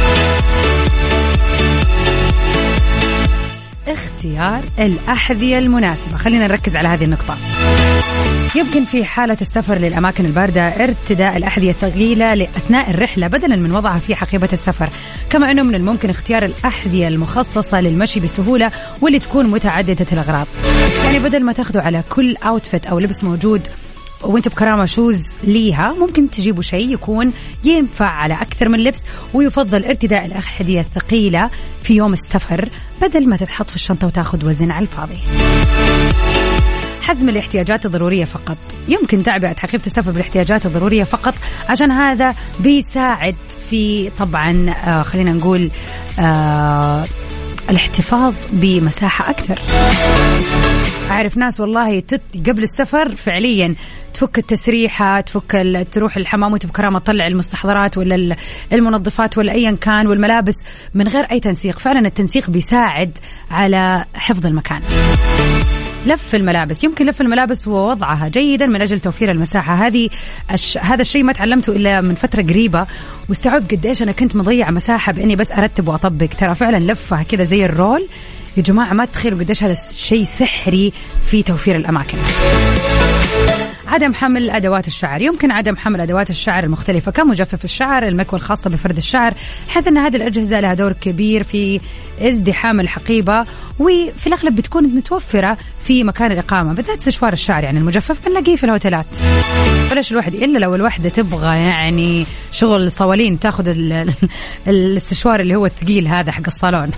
[SPEAKER 2] اختيار الأحذية المناسبة، خلينا نركز على هذه النقطة. يمكن في حالة السفر للأماكن الباردة ارتداء الأحذية الثقيلة لأثناء الرحلة بدلا من وضعها في حقيبة السفر. كما أنه من الممكن اختيار الأحذية المخصصة للمشي بسهولة واللي تكون متعددة الأغراض، يعني بدل ما تاخذوا على كل أوتفيت أو لبس موجود وانت بكرامة شوز ليها، ممكن تجيبوا شيء يكون ينفع على أكثر من لبس. ويفضل ارتداء الأحذية الثقيلة في يوم السفر بدل ما تتحط في الشنطة وتاخذ وزن على الفاضي. حزم الاحتياجات الضرورية فقط. يمكن تعبئة حقيبة السفر بالاحتياجات الضرورية فقط، عشان هذا بيساعد في طبعا آه خلينا نقول آه الاحتفاظ بمساحة أكثر. أعرف ناس والله قبل السفر فعليا تفك التسريحة، تفك تروح الحمام وتبكرامة تطلع المستحضرات ولا المنظفات ولا أيا كان والملابس من غير أي تنسيق. فعلا التنسيق بيساعد على حفظ المكان. لف الملابس، يمكن لف الملابس ووضعها جيدا من أجل توفير المساحة. هذه الش... هذا الشيء ما تعلمته إلا من فترة قريبة، واستوعبت قديش أنا كنت مضيعة مساحة بإني بس أرتب وأطبق. ترى فعلا لفها كذا زي الرول يا جماعة، ما تتخيلوا قديش هذا الشيء سحري في توفير الأماكن. عدم حمل أدوات الشعر، يمكن عدم حمل أدوات الشعر المختلفة كمجفف الشعر، المكوى الخاصة بفرد الشعر، حيث أن هذه الأجهزة لها دور كبير في ازدحام الحقيبة، وفي الأغلب بتكون متوفرة في مكان الإقامة، بالذات استشوار الشعر. يعني المجفف بنلاقيه في الهوتيلات، بلاش الواحد إلا لو الواحدة تبغى يعني شغل صوالين تاخذ الاستشوار اللي هو الثقيل هذا حق الصالون.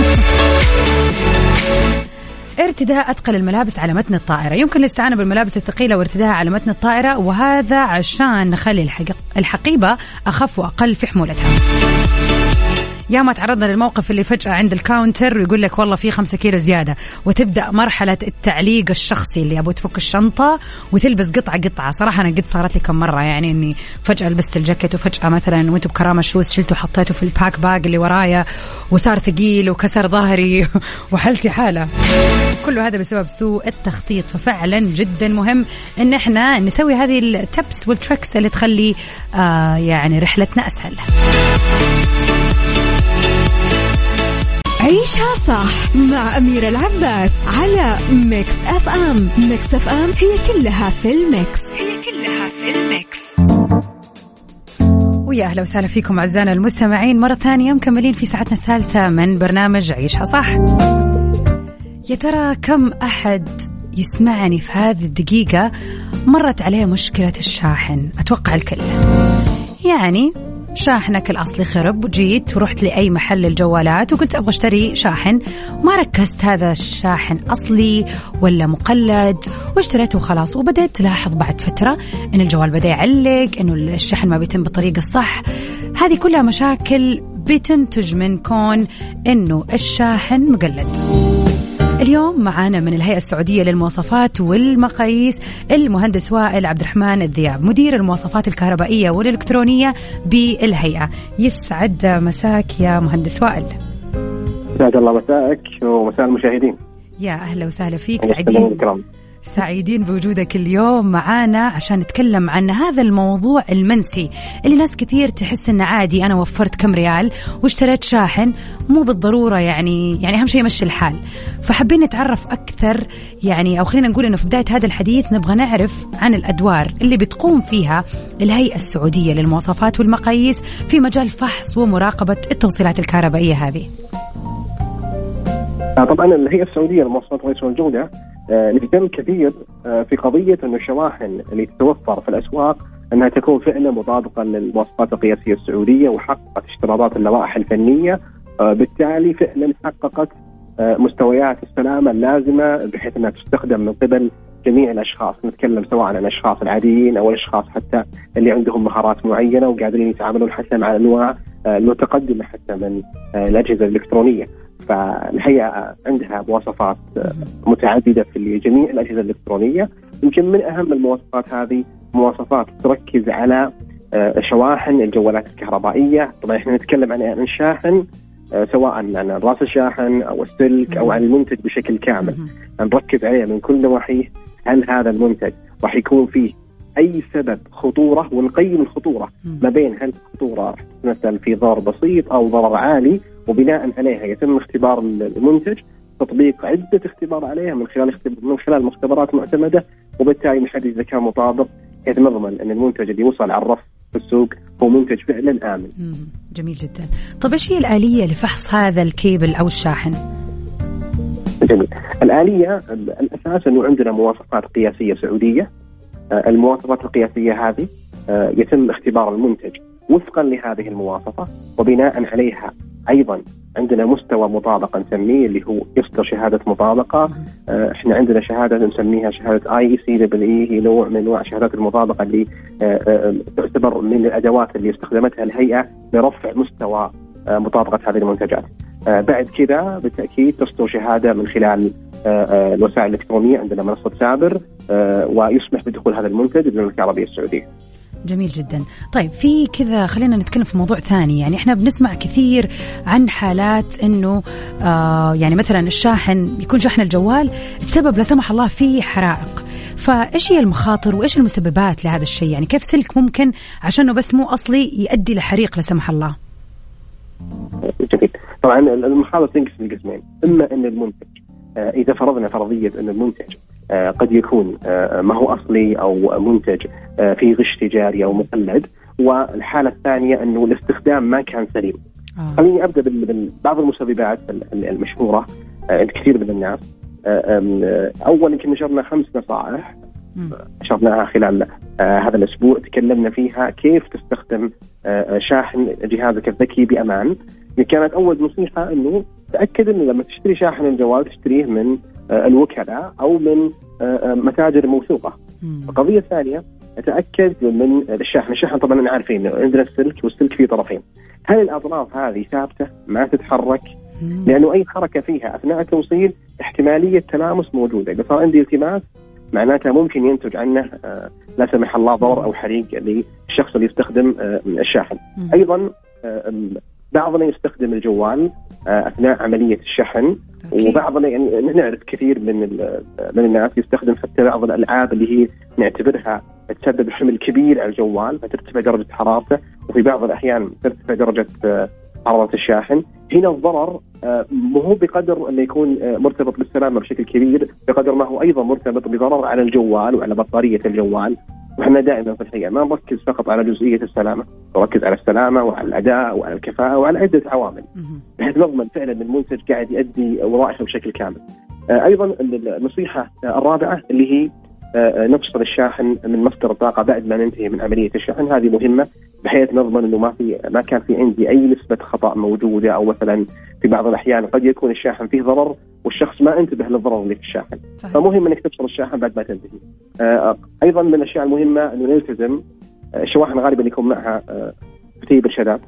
[SPEAKER 2] ارتداء أثقل الملابس على متن الطائرة، يمكن الاستعانة بالملابس الثقيلة وارتداءها على متن الطائرة، وهذا عشان نخلي الحقيبة أخف وأقل في حمولتها. يا ما تعرضنا للموقف اللي فجأة عند الكاونتر ويقول لك والله في خمسة كيلو زيادة، وتبدأ مرحلة التعليق الشخصي اللي أبو تفك الشنطة وتلبس قطعة قطعة. صراحة أنا قد صارت لي كم مرة، يعني إني فجأة لبست الجاكيت وفجأة مثلا وانتو بكرامة شوز شلته وحطيته في الباك باج اللي ورايا وصار ثقيل وكسر ظهري وحالتي حالة. كل هذا بسبب سوء التخطيط. ففعلا جدا مهم إن احنا نسوي هذه التبس والتريكس اللي تخلي آه يعني رحلتنا أسهل.
[SPEAKER 3] عيشها صح مع أميرة العباس على ميكس أف أم. ميكس أف أم هي كلها في الميكس، هي كلها في الميكس.
[SPEAKER 2] ويا أهلا وسهلا فيكم أعزائنا المستمعين مرة ثانية، مكملين في ساعتنا الثالثة من برنامج عيشها صح. يا ترى كم أحد يسمعني في هذه الدقيقة مرت عليه مشكلة الشاحن؟ أتوقع الكل. يعني شاحنك الأصلي خرب وجيت ورحت لأي محل الجوالات وقلت أبغى اشتري شاحن، ما ركزت هذا الشاحن أصلي ولا مقلد واشتريته خلاص، وبدأت تلاحظ بعد فترة إن الجوال بدأ يعلق، إنه الشحن ما بيتم بالطريقة الصح. هذه كلها مشاكل بتنتج من كون إنه الشاحن مقلد. اليوم معانا من الهيئة السعودية للمواصفات والمقاييس المهندس وائل عبد الرحمن الذياب، مدير المواصفات الكهربائية والإلكترونية بالهيئة. يسعد مساك يا مهندس وائل.
[SPEAKER 4] سعد الله مساءك ومساء المشاهدين.
[SPEAKER 2] يا أهلا وسهلا فيك، سعيدين سعيدين بوجودك اليوم معانا عشان نتكلم عن هذا الموضوع المنسي اللي ناس كثير تحس إنه عادي، أنا وفرت كم ريال واشتريت شاحن، مو بالضرورة يعني يعني أهم شيء يمشي الحال. فحبين نتعرف أكثر يعني، أو خلينا نقول إنه في بداية هذا الحديث نبغى نعرف عن الأدوار اللي بتقوم فيها الهيئة السعودية للمواصفات والمقاييس في مجال فحص ومراقبة التوصيلات الكهربائية هذه.
[SPEAKER 4] طبعا الهيئة السعودية للمواصفات والجودة نهتم كثير في قضية أن الشواحن اللي تتوفر في الأسواق أنها تكون فعلا مطابقة للمواصفات القياسية السعودية وحققت اشتراطات اللوائح الفنية، بالتالي فعلا حققت مستويات السلامة اللازمة بحيث أنها تستخدم من قبل جميع الأشخاص. نتكلم سواء عن الأشخاص العاديين أو الأشخاص حتى اللي عندهم مهارات معينة وقادرين يتعاملون حتى مع أنواع المتقدمة حتى من الأجهزة الإلكترونية. فالهيئة عندها مواصفات متعددة في جميع الأجهزة الإلكترونية. يمكن من أهم المواصفات هذه مواصفات تركز على شواحن الجوالات الكهربائية. طبعا احنا نتكلم عن الشاحن سواء عن راس الشاحن أو السلك أو عن المنتج بشكل كامل، نركز عليه من كل نواحيه. هل هذا المنتج راح يكون فيه أي سبب خطورة، ونقيم الخطورة ما بين هل الخطورة مثلا في ضرر بسيط أو ضرر عالي، وبناء عليها يتم اختبار المنتج، تطبيق عدة اختبار عليها من خلال من خلال مختبرات معتمدة، وبالتالي نحدد إذا كان مطابق حيث نضمن أن المنتج اللي وصل على الرف في السوق هو منتج فعلا آمن.
[SPEAKER 2] جميل جدا. طب إيش هي الآلية لفحص هذا الكيبل أو الشاحن؟
[SPEAKER 4] جميل. الآلية الأساس أنه عندنا مواصفات قياسية سعودية. المواصفات القياسية هذه يتم اختبار المنتج وفقا لهذه المواصفة، وبناء عليها أيضا عندنا مستوى مطابقة نسميه اللي هو يصدر شهادة مطابقة. احنا عندنا شهادة نسميها شهادة آي إي سي دبل إي، هي نوع من انواع شهادات المطابقة اللي تعتبر من الأدوات اللي استخدمتها الهيئة لرفع مستوى مطابقة هذه المنتجات. بعد كذا بالتأكيد تصدر شهادة من خلال الوسائل الإلكترونية عندنا منصة سابر، ويسمح بدخول هذا المنتج بالمملكة العربية السعودية.
[SPEAKER 2] جميل جدا. طيب في كذا خلينا نتكلم في موضوع ثاني، يعني احنا بنسمع كثير عن حالات انه آه يعني مثلا الشاحن يكون شاحن الجوال تسبب لا سمح الله في حرائق، فايش هي المخاطر وايش المسببات لهذا الشيء؟ يعني كيف سلك ممكن عشانه بس مو اصلي يؤدي لحريق لا سمح الله؟
[SPEAKER 4] جميل. طبعا المخاطر تنقسم لقسمين، اما ان المنتج آه اذا فرضنا فرضيه ان المنتج آه قد يكون آه ما هو أصلي أو منتج آه فيه غش تجاري أو مقلد، والحالة الثانية أنه الاستخدام ما كان سليم. آه. خليني أبدأ ببعض المسببات المشهورة آه الكثير من الناس. آه أولا يمكن نشرنا خمس نصائح نشرناها خلال آه هذا الأسبوع، تكلمنا فيها كيف تستخدم آه شاحن جهازك الذكي بأمان. كانت أول نصيحة أنه تأكد أنه لما تشتري شاحن الجوال تشتريه من الوكلاء أو من متاجر موثوقة. القضية الثانية تأكد من الشاحن. الشاحن طبعا عارفين عندنا السلك، والسلك فيه طرفين. هل الأطراف هذه ثابتة ما تتحرك؟ لأنه أي حركة فيها أثناء التوصيل احتمالية تلامس موجودة. إذا صار عندي التماس معناتها ممكن ينتج عنه لا سمح الله ضرر أو حريق للشخص اللي يستخدم الشاحن. أيضا بعضنا يستخدم الجوال أثناء عملية الشحن، وبعضنا يعني نعرف كثير من من الناس يستخدم حتى بعض الألعاب اللي هي نعتبرها تسبب حمل كبير على الجوال فترتفع درجة حرارته، وفي بعض الأحيان ترتفع درجة حرارة الشاحن. هنا الضرر مو هو بقدر أنه يكون مرتبط بالسلامة بشكل كبير، بقدر ما هو أيضا مرتبط بضرر على الجوال وعلى بطارية الجوال. وإحنا دائما في الحقيقة ما نركز فقط على جزئية السلامة، نركز على السلامة وعلى الأداء وعلى الكفاءة وعلى عدة عوامل بحيث نضمن فعلا المنتج قاعد يؤدي وظائفه بشكل كامل. أيضا النصيحة الرابعة اللي هي نفصل الشاحن من مصدر الطاقة بعد ما ننتهي من عملية الشحن. هذه مهمة بحيث نضمن إنه ما في ما كان في عندي أي نسبة خطأ موجودة، أو مثلا في بعض الأحيان قد يكون الشاحن فيه ضرر والشخص ما انتبه للضرر اللي في الشاحن. صحيح. فمهم إنك تفصل الشاحن بعد ما تنتهي. أيضا من الأشياء المهمة إنه نلتزم الشواحن غالبا يكون معها فتيل إرشادات،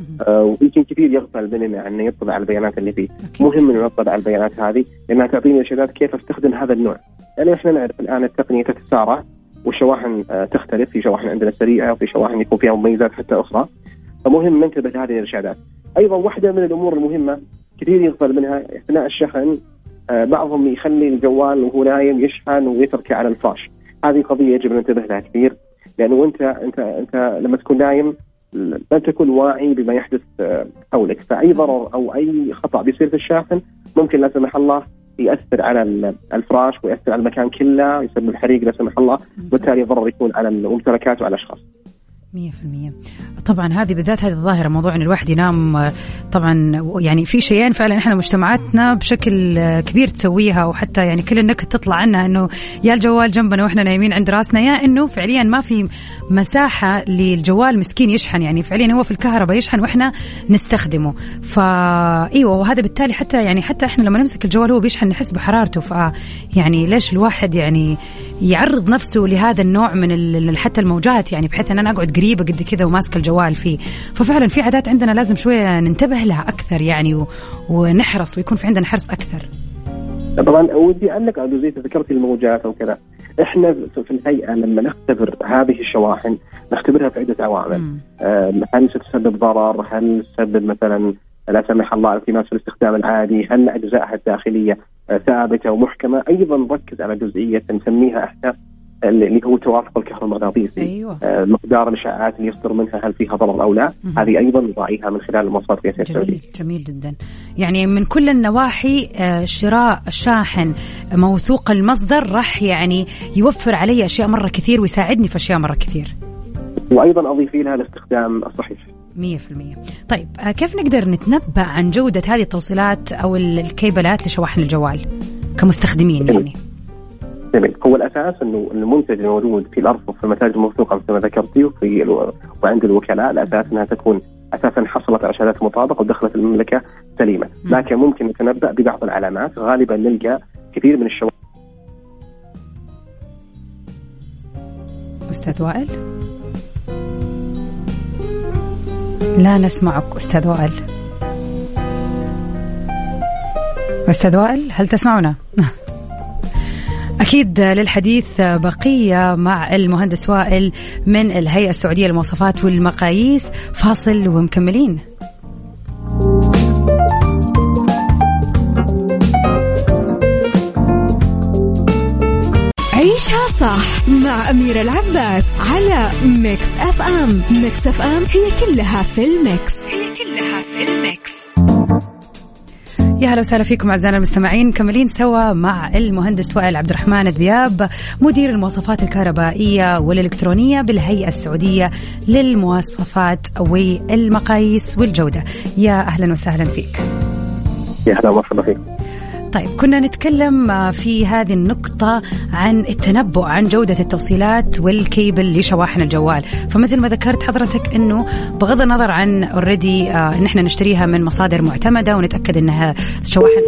[SPEAKER 4] ويمكن كثير يغفل مننا أن يطلع على البيانات اللي فيه. أكيد. مهم إنه نطلع على البيانات هذه لأنها تعطيني إرشادات كيف أستخدم هذا النوع. يعني إحنا نعرف الآن التقنية تتسارع والشواحن تختلف، في شواحن عندنا سريعة وفي شواحن يكون فيها مميزات حتى أخرى، فمهم ننتبه لهذه الإرشادات. أيضا واحدة من الأمور المهمة كثير يغفل منها أثناء الشحن، بعضهم يخلي الجوال وهو نايم يشحن ويتركه على الفراش. هذه قضية يجب أن ننتبه لها كثير، لأنه أنت أنت أنت لما تكون نايم لا تكون واعي بما يحدث حولك، فأي ضرر أو أي خطأ بيصير في الشاحن ممكن لا سمح الله يأثر على الفراش ويأثر على المكان كله، يسبب حريق لا سمح الله، وبالتالي ضرر يكون على الممتلكات وعلى الأشخاص.
[SPEAKER 2] مية في المية. طبعا هذه بالذات هذه الظاهرة، موضوع أن الواحد ينام، طبعا يعني في شيئين فعلا إحنا مجتمعاتنا بشكل كبير تسويها، وحتى يعني كل النكت تطلع عنها أنه يا الجوال جنبنا وإحنا نايمين عند راسنا، يا أنه فعليا ما في مساحة للجوال مسكين يشحن، يعني فعليا هو في الكهرباء يشحن وإحنا نستخدمه. فأيوة، وهذا بالتالي حتى يعني حتى إحنا لما نمسك الجوال هو بيشحن نحس بحرارته، فيعني ليش الواحد يعني يعرض نفسه لهذا النوع من حتى الموجات، يعني بحيث أن أنا أقعد قريبة قد كذا وماسك الجوال فيه. ففعلا في عادات عندنا لازم شوية ننتبه لها أكثر يعني و... ونحرص ويكون في عندنا حرص أكثر.
[SPEAKER 4] طبعا ودي أقول لك على جزئية ذكرت الموجات وكذا، إحنا في الهيئة لما نختبر هذه الشواحن نختبرها في عدة عوامل. هل ستسبب ضرر؟ هل تسبب مثلا لا سمح الله التماس في الاستخدام العادي؟ هل أجزائها الداخلية ثابتة ومحكمة؟ أيضا نركز على جزئية نسميها إحنا اللي هو توافق الكهرومغناطيسي. أيوة. آه مقدار الإشعاعات اللي يصدر منها هل فيها ضرر أو لا. مم. هذه أيضا نراعيها من خلال المواصفات القياسية السعودية.
[SPEAKER 2] جميل جدا. يعني من كل النواحي آه شراء شاحن موثوق المصدر راح يعني يوفر علي أشياء مرة كثير ويساعدني في أشياء مرة كثير.
[SPEAKER 4] وأيضا أضيف لها الاستخدام الصحيح.
[SPEAKER 2] مية في المية. طيب آه كيف نقدر نتنبأ عن جودة هذه التوصيلات أو الكيبلات لشواحن الجوال كمستخدمين يعني؟
[SPEAKER 4] جميل. هو الأساس إنه المنتج الموجود في الأرفف في المتاجر الموثوقة مثل ما ذكرتي وفي الو... وعند الوكلاء، الأساس أنها تكون أساسا حصلت على شهادات مطابقة ودخلت المملكة سليمة. لكن ممكن نتنبأ ببعض العلامات. غالبا نلقى كثير من الشواحن.
[SPEAKER 2] أستاذ وائل؟ لا نسمعك أستاذ وائل. أستاذ وائل هل تسمعنا؟ أكيد للحديث بقية مع المهندس وائل من الهيئة السعودية للمواصفات والمقاييس. فاصل ومكملين.
[SPEAKER 3] عيشها صح مع أميرة العباس على ميكس أف أم. ميكس أف أم هي كلها في الميكس، هي كلها في الميكس.
[SPEAKER 2] يا هلا وسهلا فيكم أعزائنا المستمعين، مكملين سوا مع المهندس وائل عبد الرحمن الذياب مدير المواصفات الكهربائية والإلكترونية بالهيئة السعودية للمواصفات والمقاييس والجودة. يا أهلا وسهلا فيك.
[SPEAKER 4] يا هلا ومرحبا فيك.
[SPEAKER 2] طيب كنا نتكلم في هذه النقطة عن التنبؤ عن جودة التوصيلات والكيبل لشواحن الجوال. فمثل ما ذكرت حضرتك أنه بغض النظر عن اوريدي آه إن احنا نشتريها من مصادر معتمدة ونتأكد أنها شواحن.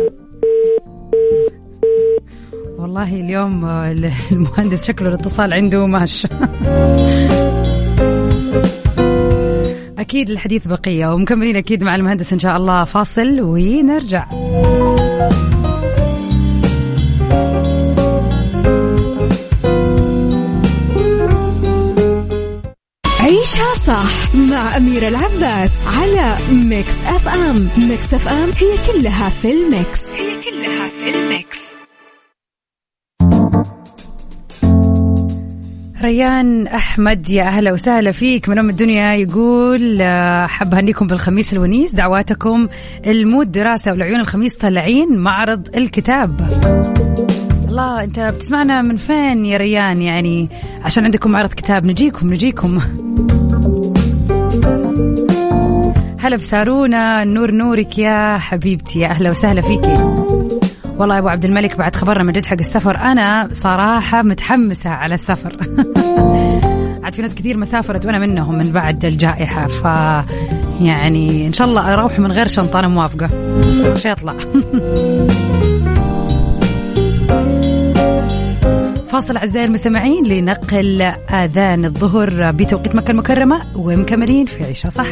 [SPEAKER 2] والله اليوم المهندس شكله الاتصال عنده ماش. أكيد الحديث بقية ومكملين أكيد مع المهندس إن شاء الله. فاصل ونرجع.
[SPEAKER 3] عيشها صح مع أميرة العباس على ميكس أف أم. ميكس أف أم هي كلها في الميكس، هي كلها في الميكس.
[SPEAKER 2] ريان أحمد يا أهلا وسهلا فيك من أم الدنيا، يقول حب هنيكم بالخميس الونيس، دعواتكم المود دراسة والعيون الخميس طالعين معرض الكتاب. الله أنت بتسمعنا من فين يا ريان؟ يعني عشان عندكم معرض كتاب نجيكم نجيكم. هلا بسارونا، نور نورك يا حبيبتي، يا أهلا وسهلا فيكي. والله يا أبو عبد الملك بعد خبرنا من جد حق السفر أنا صراحة متحمسة على السفر. عاد في ناس كثير ما سافرت وأنا منهم من بعد الجائحة، ف يعني إن شاء الله أروح من غير شنطة، أنا موافقة مش يطلع. فاصل أعزائي المستمعين لنقل آذان الظهر بتوقيت مكة المكرمة ومكملين في عيشها صح.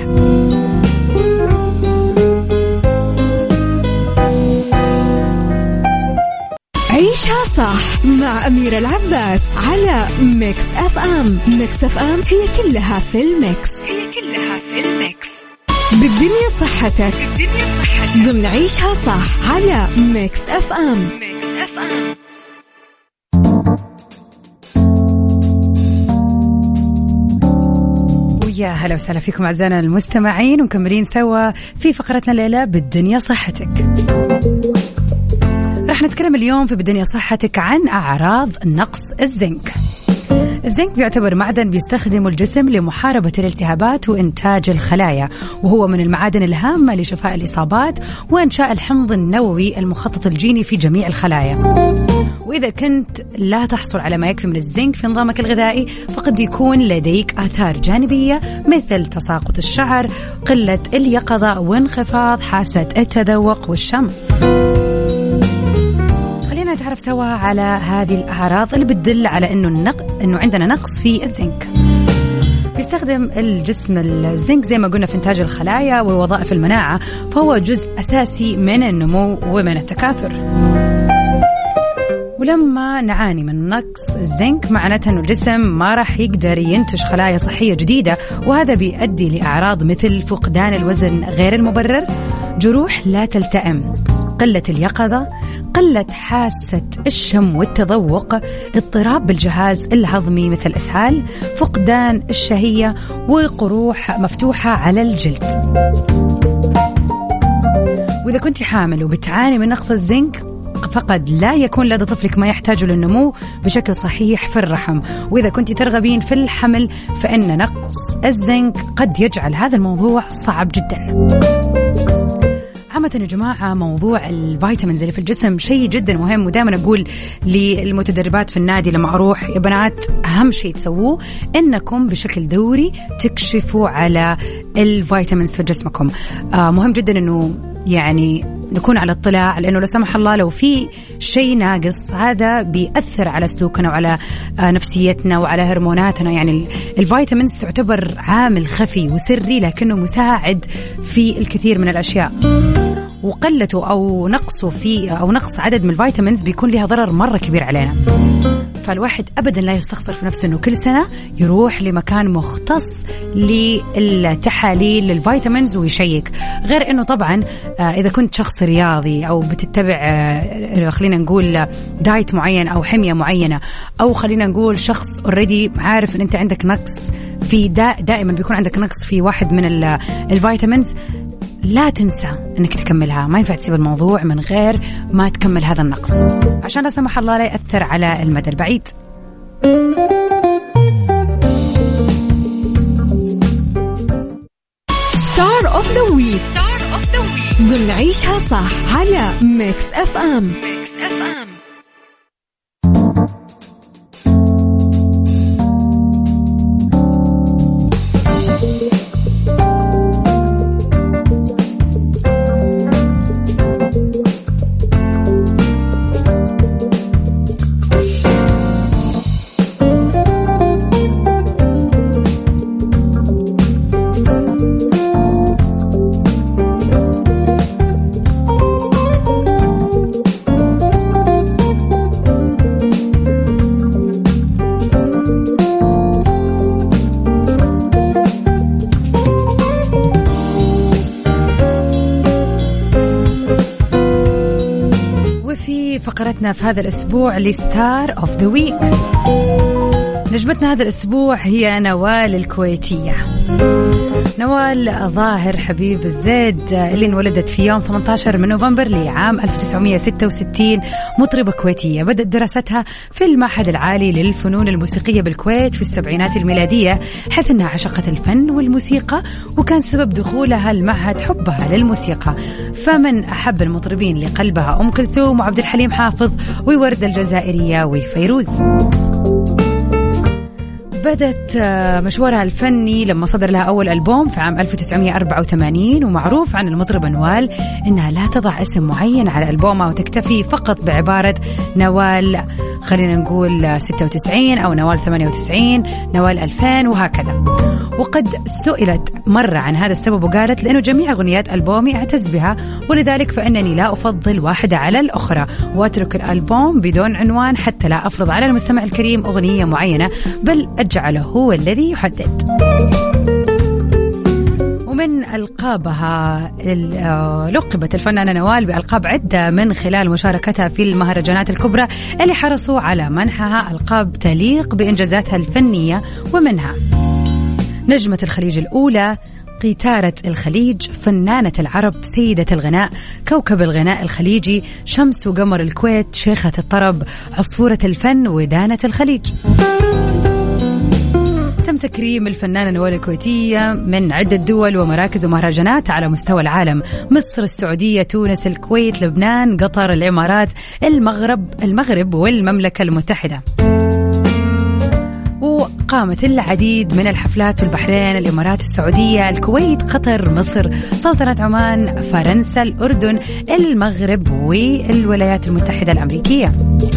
[SPEAKER 3] عيشها صح مع أميرة العباس على ميكس أف أم. ميكس أف أم هي كلها في الميكس، هي كلها في الميكس. بالدنيا صحتك، بالدنيا صحتك ضمن عيشها صح على ميكس أف أم. ميكس أف أم.
[SPEAKER 2] يا هلا وسهلا فيكم أعزائنا المستمعين ومكملين سوا في فقرتنا الليلة بالدنيا صحتك. راح نتكلم اليوم في بالدنيا صحتك عن أعراض نقص الزنك. الزنك بيعتبر معدن بيستخدمه الجسم لمحاربة الالتهابات وإنتاج الخلايا، وهو من المعادن الهامة لشفاء الإصابات وإنشاء الحمض النووي المخطط الجيني في جميع الخلايا. وإذا كنت لا تحصل على ما يكفي من الزنك في نظامك الغذائي فقد يكون لديك آثار جانبية مثل تساقط الشعر، قلة اليقظة، وانخفاض حاسة التذوق والشم. خلينا نتعرف سوا على هذه الأعراض اللي بتدل على إنه النق... إنه عندنا نقص في الزنك. بيستخدم الجسم الزنك زي ما قلنا في إنتاج الخلايا ووظائف المناعة، فهو جزء أساسي من النمو ومن التكاثر. ولما نعاني من نقص الزنك معناته أنه الجسم ما راح يقدر ينتج خلايا صحية جديدة، وهذا بيؤدي لأعراض مثل فقدان الوزن غير المبرر، جروح لا تلتئم، قلة اليقظة، قلة حاسة الشم والتذوق، اضطراب بالجهاز الهضمي مثل الإسهال، فقدان الشهية، وقروح مفتوحة على الجلد. وإذا كنت حامل وبتعاني من نقص الزنك فقد لا يكون لدى طفلك ما يحتاجه للنمو بشكل صحيح في الرحم. وإذا كنت ترغبين في الحمل فإن نقص الزنك قد يجعل هذا الموضوع صعب جدا. عامة يا جماعة موضوع الفيتامينز اللي في الجسم شيء جدا مهم، ودائما أقول للمتدربات في النادي لما أروح يا بنات أهم شيء تسووه إنكم بشكل دوري تكشفوا على الفيتامينز في جسمكم. آه مهم جدا إنه يعني نكون على اطلاع، لأنه لا سمح الله لو في شيء ناقص هذا بيأثر على سلوكنا وعلى نفسيتنا وعلى هرموناتنا. يعني الفيتامينز تعتبر عامل خفي وسري لكنه مساعد في الكثير من الأشياء. وقلته أو نقصه في أو نقص عدد من الفيتامينز بيكون لها ضرر مرة كبير علينا. فالواحد أبدا لا يستخسر في نفسه أنه كل سنة يروح لمكان مختص للتحاليل للفيتامينز ويشيك. غير أنه طبعا إذا كنت شخص رياضي أو بتتبع خلينا نقول دايت معين أو حمية معينة، أو خلينا نقول شخص اوريدي عارف أن أنت عندك نقص في دا دائما بيكون عندك نقص في واحد من الفيتامينز، لا تنسى أنك تكملها. ما ينفع تسيب الموضوع من غير ما تكمل هذا النقص عشان لا سمح الله لا يأثر على المدى البعيد.
[SPEAKER 3] ستار اوف ذا ويك ضمن عيشها صح على ميكس اف ام.
[SPEAKER 2] فقرتنا في هذا الأسبوع لستار أوف ذا ويك. نجمتنا هذا الأسبوع هي نوال الكويتية. نوال ظاهر حبيب الزيد اللي انولدت في يوم ثمانية عشر من نوفمبر لعام ألف وتسعمائة وستة وستين، مطربة كويتية بدأت دراستها في المعهد العالي للفنون الموسيقية بالكويت في السبعينات الميلادية، حيث أنها عشقت الفن والموسيقى، وكان سبب دخولها المعهد حبها للموسيقى. فمن أحب المطربين لقلبها أم كلثوم وعبد الحليم حافظ ووردة الجزائرية وفيروز. بدت مشوارها الفني لما صدر لها أول ألبوم في عام ألف وتسعمائة وأربعة وثمانين، ومعروف عن المطربة نوال إنها لا تضع اسم معين على ألبومها وتكتفي فقط بعبارة نوال خلينا نقول ستة وتسعين أو نوال ثمانية وتسعين، نوال ألفين وهكذا. وقد سئلت مرة عن هذا السبب وقالت لأنه جميع أغنيات ألبومي أعتز بها، ولذلك فإنني لا أفضل واحدة على الأخرى وأترك الألبوم بدون عنوان حتى لا أفرض على المستمع الكريم أغنية معينة، بل أجعله هو الذي يحدد. ومن ألقابها لقبت الفنانة نوال بألقاب عدة من خلال مشاركتها في المهرجانات الكبرى اللي حرصوا على منحها ألقاب تليق بإنجازاتها الفنية، ومنها نجمة الخليج الأولى، قيثارة الخليج، فنانة العرب، سيدة الغناء، كوكب الغناء الخليجي، شمس وقمر الكويت، شيخة الطرب، عصفورة الفن، ودانة الخليج. تم تكريم الفنانة نوال الكويتية من عدة دول ومراكز ومهرجانات على مستوى العالم: مصر، السعودية، تونس، الكويت، لبنان، قطر، الإمارات، المغرب المغرب والمملكة المتحدة. وقامت العديد من الحفلات في البحرين، الإمارات، السعودية، الكويت، قطر، مصر، سلطنة عمان، فرنسا، الأردن، المغرب والولايات المتحدة الأمريكية.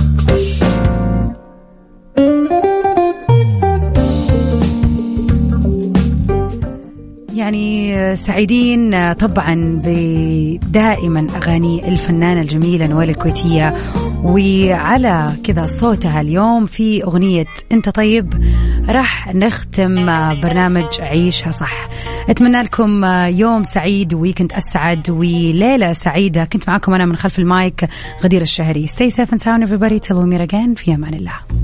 [SPEAKER 2] يعني سعيدين طبعا بدائما أغاني الفنانة الجميلة نوال الكويتية، وعلى كذا صوتها اليوم في أغنية أنت طيب راح نختم برنامج عيشها صح. أتمنى لكم يوم سعيد وويكند أسعد وليلة سعيدة. كنت معكم أنا من خلف المايك غدير الشهري. Stay safe and sound everybody till we meet again. في أمان الله.